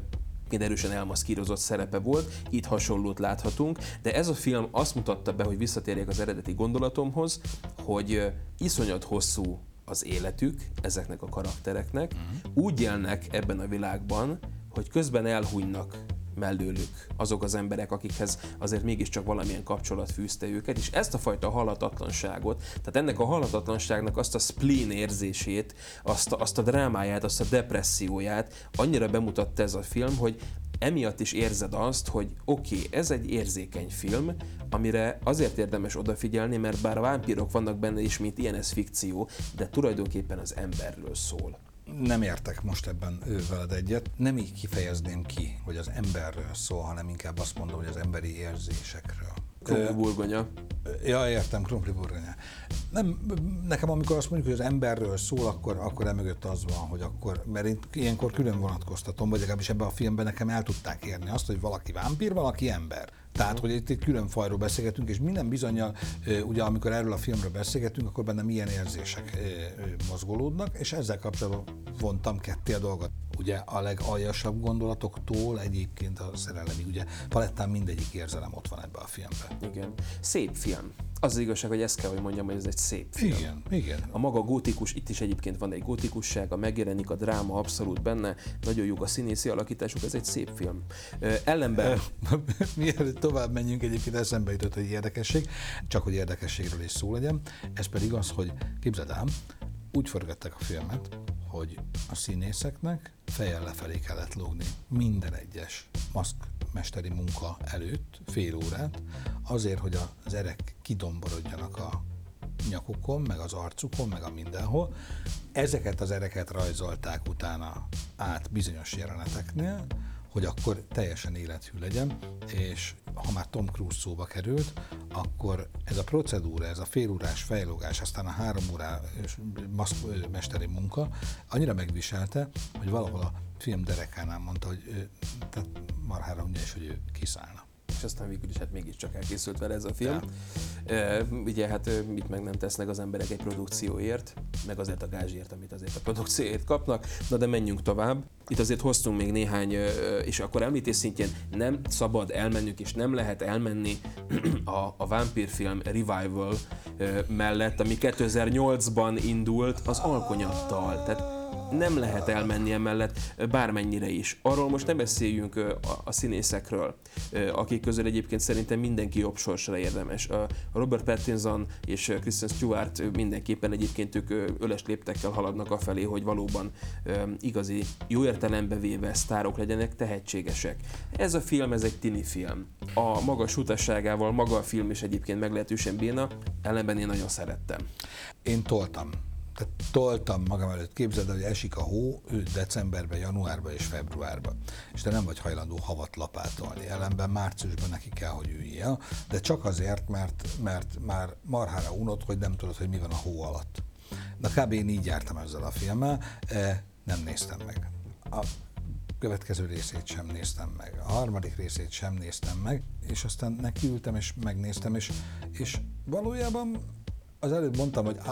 erősen elmaszkírozott szerepe volt, itt hasonlót láthatunk, de ez a film azt mutatta be, hogy visszatérjek az eredeti gondolatomhoz, hogy iszonyat hosszú az életük ezeknek a karaktereknek, úgy élnek ebben a világban, hogy közben elhunynak mellőlük azok az emberek, akikhez azért mégiscsak valamilyen kapcsolat fűzte őket, és ezt a fajta halhatatlanságot, tehát ennek a halhatatlanságnak azt a spleen érzését, azt a drámáját, azt a depresszióját annyira bemutatta ez a film, hogy emiatt is érzed azt, hogy oké, ez egy érzékeny film, amire azért érdemes odafigyelni, mert bár a vámpírok vannak benne is, mint ilyen, ez fikció, de tulajdonképpen az emberről szól. Nem értek most ebben veled egyet. Nem így kifejezném ki, hogy az emberről szól, hanem inkább azt mondom, hogy az emberi érzésekről. Krumpli-burgonya. Ja, értem, krumpli-burgonya. Nem, nekem amikor azt mondjuk, hogy az emberről szól, akkor emögött az van, hogy akkor, mert én ilyenkor külön vonatkoztatom, vagy legalábbis ebben a filmben nekem el tudták érni azt, hogy valaki vámpír, valaki ember. Tehát, hogy itt egy külön fajról beszélgetünk, és minden bizonnyal, ugye amikor erről a filmről beszélgetünk, akkor bennem ilyen érzések mozgolódnak, és ezzel kapcsolatban vontam ketté a dolgot. Ugye a legaljasabb gondolatoktól egyébként a szerelemig, ugye palettán mindegyik érzelem ott van ebben a filmben. Igen. Szép film. Az igazság, hogy ezt kell, hogy mondjam, hogy ez egy szép film. Igen. A maga gótikus, itt is egyébként van egy gótikusság, megjelenik a dráma abszolút benne, nagyon jók a színészi alakításuk, ez egy szép film. Ellenben... Mielőtt tovább menjünk, egyébként eszembe jutott egy érdekesség, csak hogy érdekességről is szó legyen, ez pedig az, hogy képzeld ám, úgy forgatták a filmet, hogy a színészeknek fejjel lefelé kellett lógni minden egyes maszkmesteri munka előtt fél órát, azért, hogy az erek kidomborodjanak a nyakukon, meg az arcukon, meg a mindenhol. Ezeket az ereket rajzolták utána át bizonyos jeleneteknél, hogy akkor teljesen élethű legyen, és ha már Tom Cruise szóba került, akkor ez a procedúra, ez a félórás fejlógás, aztán a 3 órás maszkmesteri munka annyira megviselte, hogy valahol a film derekánál mondta, hogy tehát marhára ugye is, hogy ő kiszállna. És aztán végül is hát mégiscsak elkészült vele ez a film. Ugye hát mit meg nem tesznek az emberek egy produkcióért, meg azért a gázsért, amit azért a produkcióért kapnak. Na de menjünk tovább. Itt azért hoztunk még néhány, és akkor említés szintjén nem szabad elmennünk, és nem lehet elmenni a vámpírfilm Revival mellett, ami 2008-ban indult az Alkonyattal. Tehát nem lehet elmenni emellett bármennyire is. Arról most nem beszéljünk a színészekről, akik közül egyébként szerintem mindenki jobb sorsra érdemes. Robert Pattinson és Kristen Stewart mindenképpen egyébként ők öles léptekkel haladnak afelé, hogy valóban igazi, jó értelembe véve sztárok legyenek, tehetségesek. Ez a film, ez egy tini film. A maga sutasságával, maga a film is egyébként meglehetősen béna, ellenben én nagyon szerettem. Én toltam magam előtt, képzeld, hogy esik a hó decemberben, januárban és februárban, és te nem vagy hajlandó havat lapátolni, ellenben márciusban neki kell, hogy üljél, de csak azért, mert már marhára unod, hogy nem tudod, hogy mi van a hó alatt. Na kb. Én így jártam ezzel a filmmel, nem néztem meg. A következő részét sem néztem meg, a harmadik részét sem néztem meg, és aztán nekiültem és megnéztem, és valójában az előbb mondtam, hogy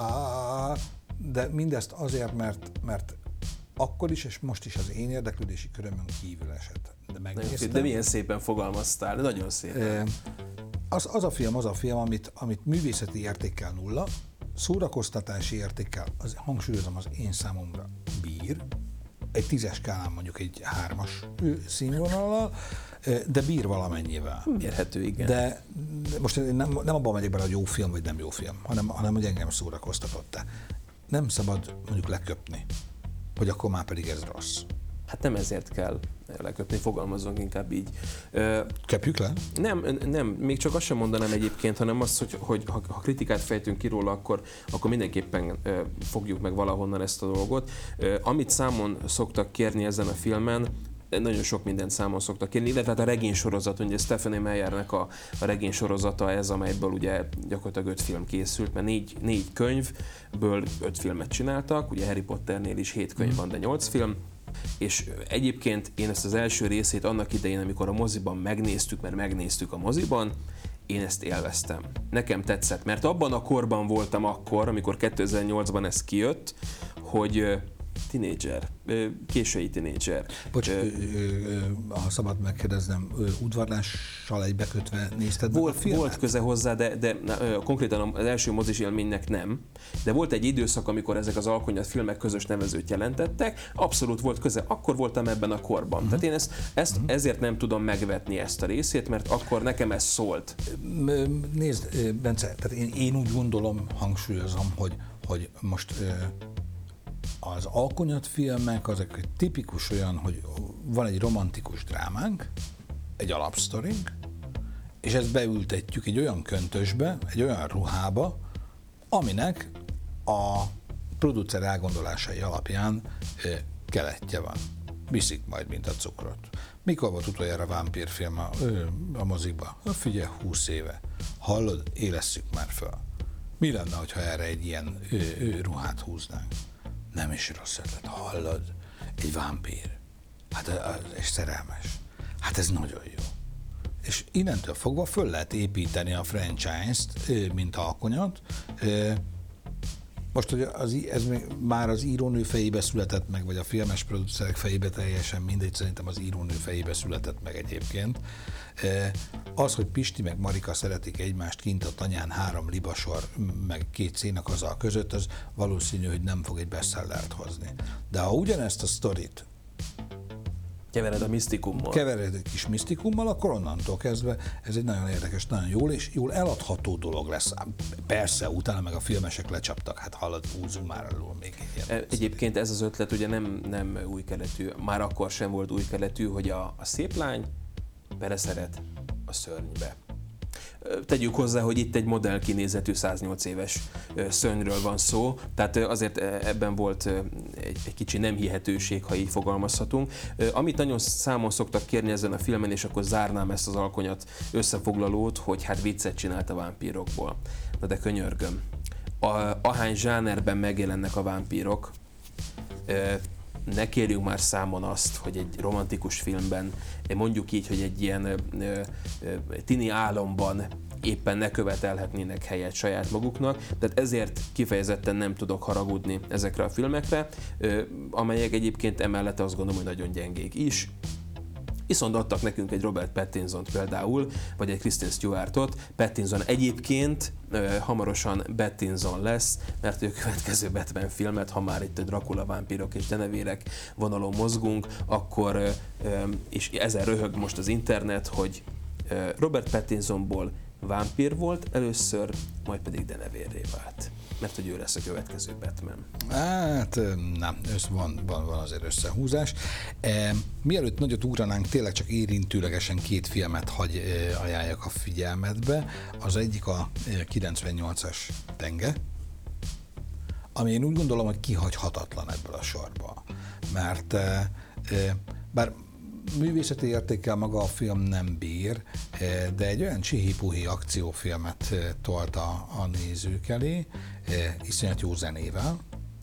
de mindezt azért, mert akkor is és most is az én érdeklődési körömön kívül esett. De milyen szépen fogalmaztál, nagyon szépen. Az a film, amit művészeti értékkel 0, szórakoztatási értékkel, hangsúlyozom, az én számomra B, bír, egy 10-es skálán mondjuk egy 3-as színvonallal, de bír valamennyivel. Mérhető, igen. De most én nem abban megyek bele, hogy jó film vagy nem jó film, hanem hogy engem szórakoztatott-e. Nem szabad mondjuk leköpni, hogy akkor már pedig ez rossz. Hát nem ezért kell leköpni, fogalmazzunk inkább így. Köpjük le? Nem, még csak azt sem mondanám egyébként, hanem azt, hogy ha kritikát fejtünk ki róla, akkor mindenképpen fogjuk meg valahonnan ezt a dolgot. Amit számon szoktak kérni ezen a filmen, nagyon sok mindent számon szoktak kérni, illetve hát a regénysorozat, ugye Stephenie Meyernek a regénysorozata ez, amelyből ugye gyakorlatilag 5 film készült, mert 4 könyvből 5 filmet csináltak, ugye Harry Potternél is 7 könyv van, de 8 film, és egyébként én ezt az első részét annak idején, amikor a moziban megnéztük a moziban, én ezt élveztem. Nekem tetszett, mert abban a korban voltam akkor, amikor 2008-ban ez kijött, hogy tinédzser, késői tinédzser. Bocs, ha szabad megkérdeznem, udvarlással egybekötve nézted meg a filmet? Volt köze hozzá, de konkrétan az első mozis élménynek nem. De volt egy időszak, amikor ezek az alkonyat filmek közös nevezőt jelentettek, abszolút volt köze, akkor voltam ebben a korban. Tehát én ezért nem tudom megvetni ezt a részét, mert akkor nekem ez szólt. Nézd, Bence, tehát én úgy gondolom, hangsúlyozom, hogy most az alkonyatfilmek azok tipikus olyan, hogy van egy romantikus drámánk, egy alapsztorink, és ezt beültetjük egy olyan köntösbe, egy olyan ruhába, aminek a producer elgondolásai alapján keletje van. Viszik majd, mint a cukrot. Mikor volt utoljára vámpírfilm a mozikba? Figyelj, 20 éve. Hallod? Élesszük már föl. Mi lenne, ha erre egy ilyen ruhát húznánk? Nem is rossz ötlet, hallod? Egy vámpír. És szerelmes. Hát ez nagyon jó. És innentől fogva föl lehet építeni a franchise-t, mint alkonyat. Most, hogy ez már az írónő fejébe született meg, vagy a filmes producerek fejébe, teljesen mindegy, szerintem az írónő fejébe született meg egyébként. Az, hogy Pisti meg Marika szeretik egymást kint a tanyán 3 libasor, meg 2 szénakazal között, az valószínű, hogy nem fog egy bestsellert hozni. De ha ugyanezt a sztorit kevered a misztikummal. Kevered egy kis misztikummal, akkor onnantól kezdve ez egy nagyon érdekes, nagyon jól eladható dolog lesz. Persze, utána meg a filmesek lecsaptak, hát hallod, húzzunk már alul még ilyen. Egyébként ez az ötlet ugye nem új keletű, már akkor sem volt új keletű, hogy a szép lány beleszeret a szörnybe. Tegyük hozzá, hogy itt egy modell kinézetű 108 éves szörnyről van szó, tehát azért ebben volt egy kicsi nem hihetőség, ha így fogalmazhatunk. Amit nagyon számon szoktak kérni ezen a filmen, és akkor zárnám ezt az alkonyat összefoglalót, hogy hát viccet csinált a vámpírokból. Na de könyörgöm. Ahány zsánerben megjelennek a vámpírok, ne kérjünk már számon azt, hogy egy romantikus filmben, mondjuk így, hogy egy ilyen tini álomban éppen ne követelhetnének helyet saját maguknak, tehát ezért kifejezetten nem tudok haragudni ezekre a filmekre, amelyek egyébként emellett azt gondolom, hogy nagyon gyengék is. Viszont adtak nekünk egy Robert Pattinsont például, vagy egy Kristen Stewartot. Pattinson egyébként hamarosan Pattinson lesz, mert ő a következő Batman filmet, ha már itt a Dracula, vámpírok és denevérek vonalon mozgunk, akkor, és ezen röhög most az internet, hogy Robert Pattinsonból vámpír volt először, majd pedig denevérré vált. Mert hogy ő lesz a következő Batman. Hát nem, van azért összehúzás. Mielőtt nagyot ugranánk, tényleg csak érintőlegesen 2 filmet hagy ajánljak a figyelmetbe. Az egyik a 98-as Tenge, ami én úgy gondolom, hogy kihagyhatatlan ebből a sorból. Mert bár művészeti értékkel maga a film nem bír, de egy olyan csihi-puhi akciófilmet tolt a nézők elé, iszonyat jó zenével,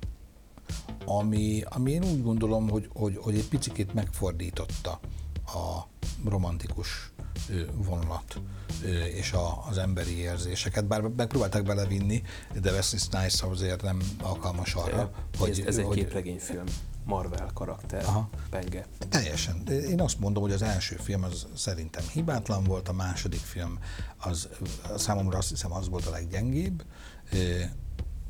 ami én úgy gondolom, hogy egy picikét megfordította a romantikus vonalat és az emberi érzéseket, bár megpróbálták belevinni, de Wesley Snipes azért nem alkalmas arra, hogy... Ez egy képregényfilm. Marvel karakter, Penge. Teljesen. Én azt mondom, hogy az első film az szerintem hibátlan volt, a második film az számomra azt hiszem az volt a leggyengébb.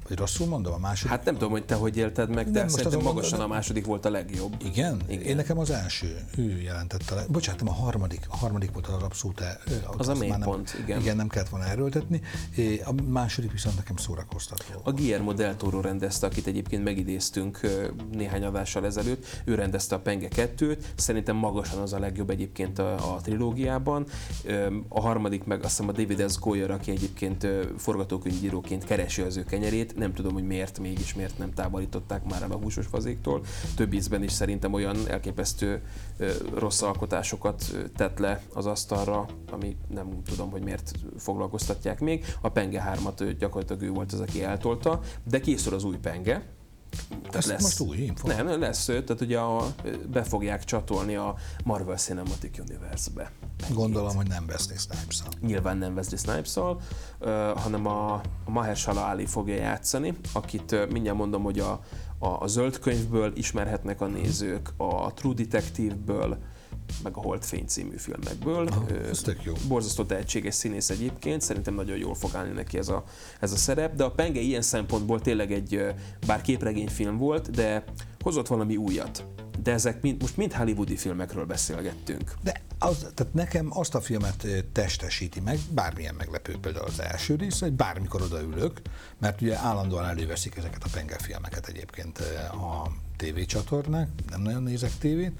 Vagy rosszul mondom, a második? Hát nem tudom, hogy te hogy élted meg, de szerintem magasan a második volt a legjobb. Igen? Én nekem az első, ő jelentette bocsánat, a harmadik volt az abszolút. Az a mélypont, igen. Igen, nem kellett volna erőltetni. A második viszont nekem szórakoztató. A Guillermo del Toro rendezte, akit egyébként megidéztünk néhány adással ezelőtt. Ő rendezte a Penge 2-t, szerintem magasan az a legjobb egyébként a trilógiában. A harmadik meg azt hiszem a David S. Goyer, aki egyébként forgatókönyvíróként keresi az ő kenyerét. Nem tudom, hogy miért nem távolították már el a húsos fazéktól. Több ízben is szerintem olyan elképesztő rossz alkotásokat tett le az asztalra, ami nem tudom, hogy miért foglalkoztatják még. A Penge 3-at gyakorlatilag ő volt az, aki eltolta, de készül az új Penge. Ez lesz. Most új info? Nem, lesz, tehát ugye be fogják csatolni a Marvel Cinematic Universe-be. Gondolom, hogy nem Wesley Snipes-szal. Nyilván nem Wesley Snipes-szal, hanem a Mahershala Ali fogja játszani, akit mindjárt mondom, hogy a Zöld könyvből ismerhetnek a nézők, a True Detective-ből, meg a Holdfény című filmekből. Ez tök jó. Borzasztó tehetséges színész egyébként, szerintem nagyon jól fog állni neki ez a szerep, de a Penge ilyen szempontból tényleg bár képregényfilm volt, de hozott valami újat. De ezek most mind hollywoodi filmekről beszélgettünk. De tehát nekem azt a filmet testesíti meg, bármilyen meglepő például az első rész, hogy bármikor odaülök, mert ugye állandóan előveszik ezeket a Penge filmeket egyébként a tévécsatornák, nem nagyon nézek tévét,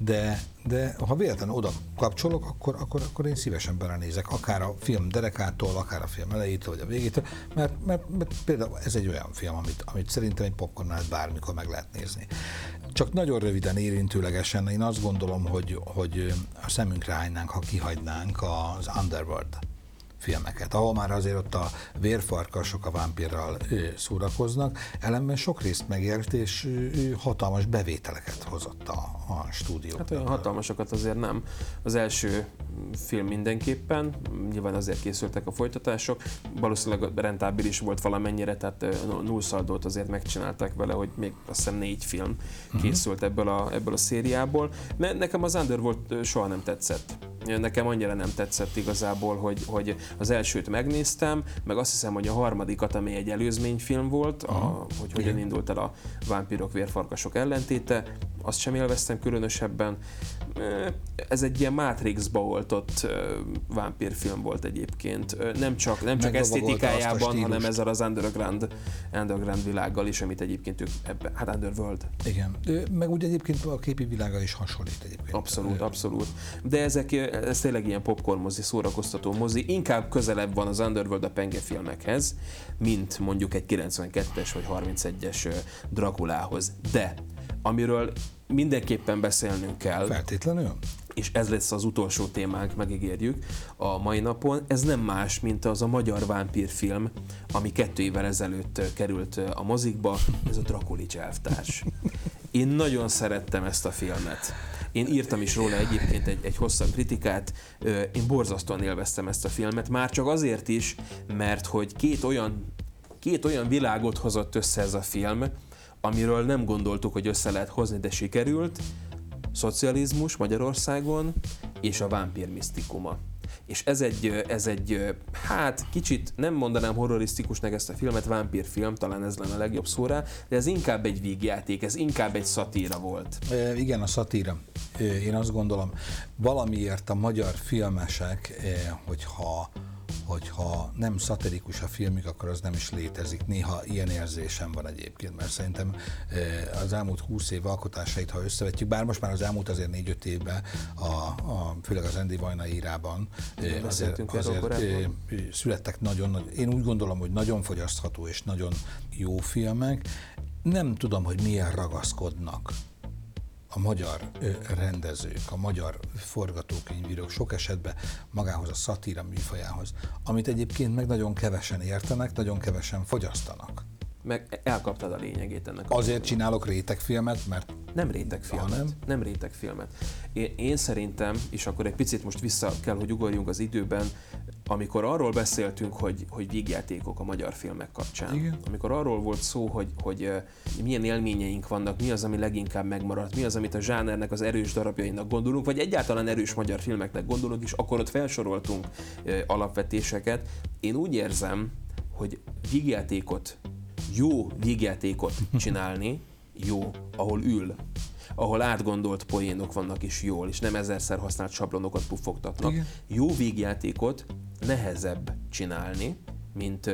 de ha véletlenül oda kapcsolok, akkor én szívesen belenézek, akár a film derekától, akár a film elejétől, vagy a végétől, mert például ez egy olyan film, amit szerintem egy popcornnál bármikor meg lehet nézni. Csak nagyon röviden, érintőlegesen, én azt gondolom, hogy a szemünkre állnánk, ha kihagynánk az Underworld filmeket, ahol már azért ott a vérfarkasok a vámpírral szórakoznak, ellenben sok részt megélt, és hatalmas bevételeket hozott a stúdióban. Hát olyan hatalmasokat azért nem. Az első film mindenképpen, nyilván azért készültek a folytatások, valószínűleg rentábilis volt valamennyire, tehát nullszaldót azért megcsinálták vele, hogy még azt hiszem 4 film készült ebből a szériából. Mert nekem az Underworld soha nem tetszett. Nekem annyira nem tetszett igazából, hogy az elsőt megnéztem, meg azt hiszem, hogy a harmadikat, ami egy előzményfilm volt, hogy hogyan indult el a vámpírok, vérfarkasok ellentéte, azt sem élveztem különösebben. Ez egy ilyen Matrixba oltott vámpírfilm volt egyébként. Nem csak esztétikájában, hanem ezzel az underground világgal is, amit egyébként ők ebben, hát Underworld. Igen, meg úgy egyébként a képi világa is hasonlít egyébként. Abszolút. De ez tényleg ilyen popcorn mozi, szórakoztató mozi, inkább közelebb van az Underworld a Penge filmekhez, mint mondjuk egy 92-es vagy 31-es Draculához. De amiről mindenképpen beszélnünk kell. Feltétlenül. És ez lesz az utolsó témánk, megígérjük a mai napon. Ez nem más, mint az a magyar vámpírfilm, ami 2 évvel ezelőtt került a mozikba, ez a Drakulics elvtárs. Én nagyon szerettem ezt a filmet. Én írtam is róla egyébként egy hosszabb kritikát, én borzasztóan élveztem ezt a filmet, már csak azért is, mert hogy két olyan világot hozott össze ez a film, amiről nem gondoltuk, hogy össze lehet hozni, de sikerült, szocializmus Magyarországon és a vámpír misztikuma. És ez egy hát kicsit nem mondanám horrorisztikusnak ezt a filmet, vámpírfilm, talán ez lenne a legjobb szó rá, de ez inkább egy vígjáték, ez inkább egy szatíra volt. Igen, a szatíra. Én azt gondolom, valamiért a magyar filmesek, hogyha nem szatirikus a filmük, akkor az nem is létezik. Néha ilyen érzésem van egyébként, mert szerintem az elmúlt 20 év alkotásait, ha összevetjük, bár most már az elmúlt azért 4-5 évben, főleg az Andy Vajnai írában, azért születtek én úgy gondolom, hogy nagyon fogyasztható és nagyon jó filmek. Nem tudom, hogy miért ragaszkodnak a magyar rendezők, a magyar forgatókönyvírók sok esetben magához a szatíra műfajához, amit egyébként meg nagyon kevesen értenek, nagyon kevesen fogyasztanak. Meg elkaptad a lényegét ennek. Azért csinálok rétegfilmet, mert... Nem rétegfilmet. Én szerintem, és akkor egy picit most vissza kell, hogy ugorjunk az időben, amikor arról beszéltünk, hogy vígjátékok a magyar filmek kapcsán. Igen. Amikor arról volt szó, hogy milyen élményeink vannak, mi az, ami leginkább megmaradt, mi az, amit a zsánernek az erős darabjainak gondolunk, vagy egyáltalán erős magyar filmeknek gondolunk, és akkor ott felsoroltunk alapvetéseket. Én úgy érzem, hogy vígjátékot jó vígjátékot csinálni, jó, ahol ül, ahol átgondolt poénok vannak is jól, és nem ezerszer használt sablonokat puffogtatnak. Igen. Jó vígjátékot nehezebb csinálni, mint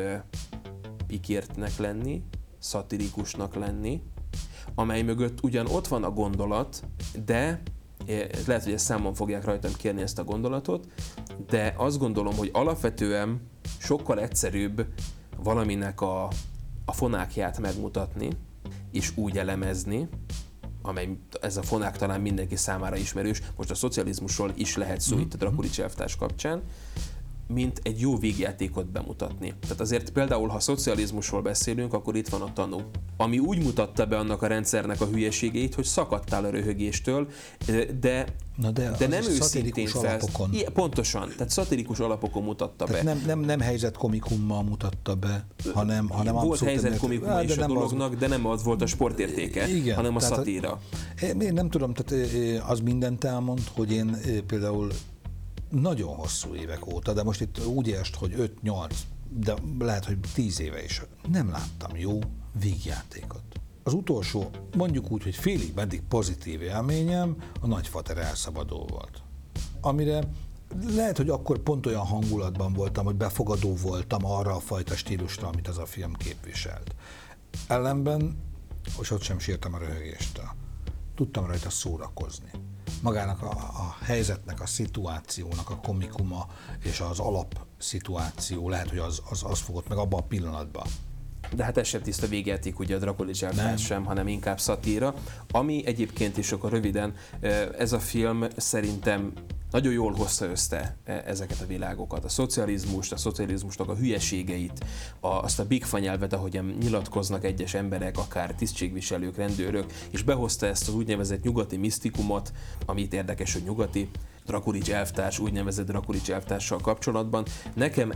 pikírtnek lenni, szatirikusnak lenni, amely mögött ugyan ott van a gondolat, de lehet, hogy ezt számon fogják rajtam kérni ezt a gondolatot, de azt gondolom, hogy alapvetően sokkal egyszerűbb valaminek a fonákját megmutatni, és úgy elemezni, amely ez a fonák talán mindenki számára ismerős, most a szocializmusról is lehet szó itt a Drakulics elvtárs kapcsán, mint egy jó vígjátékot bemutatni. Tehát azért például, ha szocializmusról beszélünk, akkor itt van a Tanú, ami úgy mutatta be annak a rendszernek a hülyeségeit, hogy szakadtál a röhögéstől, de nem őszintén pontosan, tehát szatirikus alapokon mutatta tehát be. Nem helyzetkomikummal mutatta be, hanem volt helyzetkomikum is a dolognak, de nem az volt a sportértéke, igen, hanem a szatíra. Én nem tudom, tehát az mindent elmond, hogy én például nagyon hosszú évek óta, de most itt úgy értsd, hogy 5-8, de lehet, hogy 10 éve is nem láttam jó vígjátékot. Az utolsó, mondjuk úgy, hogy félig meddig pozitív élményem a Nagyfater elszabadul volt. Amire lehet, hogy akkor pont olyan hangulatban voltam, hogy befogadó voltam arra a fajta stílusra, amit az a film képviselt. Ellenben, és ott sem sírtam a röhögéstől. Tudtam rajta szórakozni. Magának a helyzetnek, a szituációnak a komikuma és az alapszituáció lehet, hogy az fogott meg abban a pillanatban. De hát ez sem tiszta végjáték, ugye a Drakulics elvtárs sem, hanem inkább szatíra. Ami egyébként is akkor röviden, ez a film szerintem nagyon jól hozta össze ezeket a világokat, a szocializmusnak a hülyeségeit, azt a bigfa nyelvet, ahogyan nyilatkoznak egyes emberek, akár tisztségviselők, rendőrök, és behozta ezt az úgynevezett nyugati misztikumot, amit érdekes, hogy nyugati, Drakulics elvtárs, úgynevezett Drakulics elvtárssal kapcsolatban. Nekem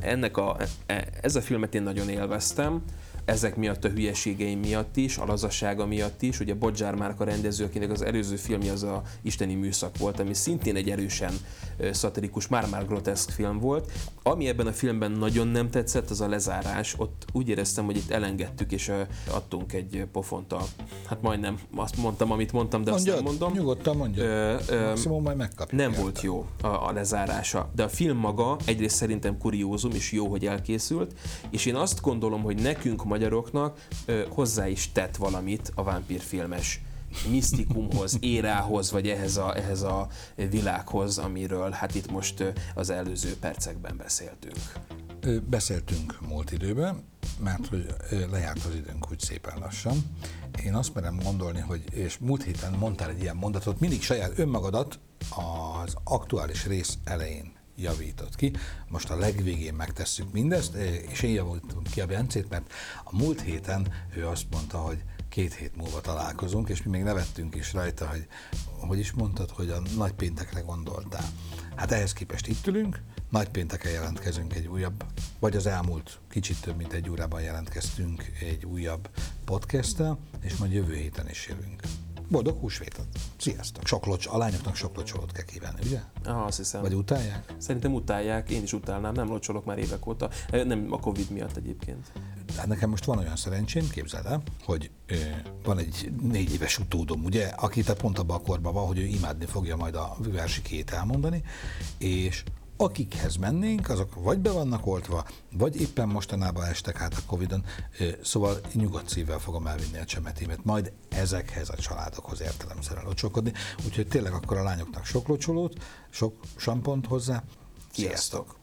ez a filmet én nagyon élveztem, ezek miatt a hülyeségeim miatt is, a lazassága miatt is. Ugye Bodzsár Márka rendező, akinek az előző filmje az a Isteni műszak volt, ami szintén egy erősen szatirikus, már groteszk film volt. Ami ebben a filmben nagyon nem tetszett, az a lezárás. Ott úgy éreztem, hogy itt elengedtük, és adtunk egy pofont hát majdnem azt mondtam, amit mondtam, de mondjad, azt nem mondom. Nyugodtan mondjad. Maximum majd megkapjuk. Nem volt jó a lezárása, de a film maga egyrészt szerintem kuriózum, és jó, hogy elkészült, és én azt gondolom, hogy nekünk magyaroknak hozzá is tett valamit a vámpírfilmes misztikumhoz, érához, vagy ehhez a világhoz, amiről hát itt most az előző percekben beszéltünk. Beszéltünk múlt időben, mert hogy lejárt az időnk úgy szépen lassan. Én azt merem gondolni, hogy, és múlt héten mondtál egy ilyen mondatot, mindig saját önmagadat az aktuális rész elején javított ki. Most a legvégén megtesszük mindezt, és én javítom ki a Bencét, mert a múlt héten ő azt mondta, hogy 2 hét múlva találkozunk, és mi még nevettünk is rajta, hogy is mondtad, hogy a nagypéntekre gondoltál. Hát ehhez képest itt ülünk, nagypénteken jelentkezünk egy újabb, vagy az elmúlt kicsit több mint 1 órában jelentkeztünk egy újabb podcasttel, és majd jövő héten is jövünk. Boldog húsvétot! Sziasztok! A lányoknak sok locsolót kell kívánni, ugye? Azt hiszem. Vagy utálják? Szerintem utálják, én is utálnám, nem locsolok már évek óta, nem a Covid miatt egyébként. Hát nekem most van olyan szerencsém, képzeld el, hogy van egy 4 éves utódom, ugye, aki pont abban a korban van, hogy ő imádni fogja majd a versikét elmondani, és akikhez mennénk, azok vagy be vannak oltva, vagy éppen mostanában estek át a Covid-on, szóval nyugodt szívvel fogom elvinni a csemetémet, majd ezekhez a családokhoz értelemszerűen locsolkodni, úgyhogy tényleg akkor a lányoknak sok locsolót, sok sampont hozzá. Sziasztok!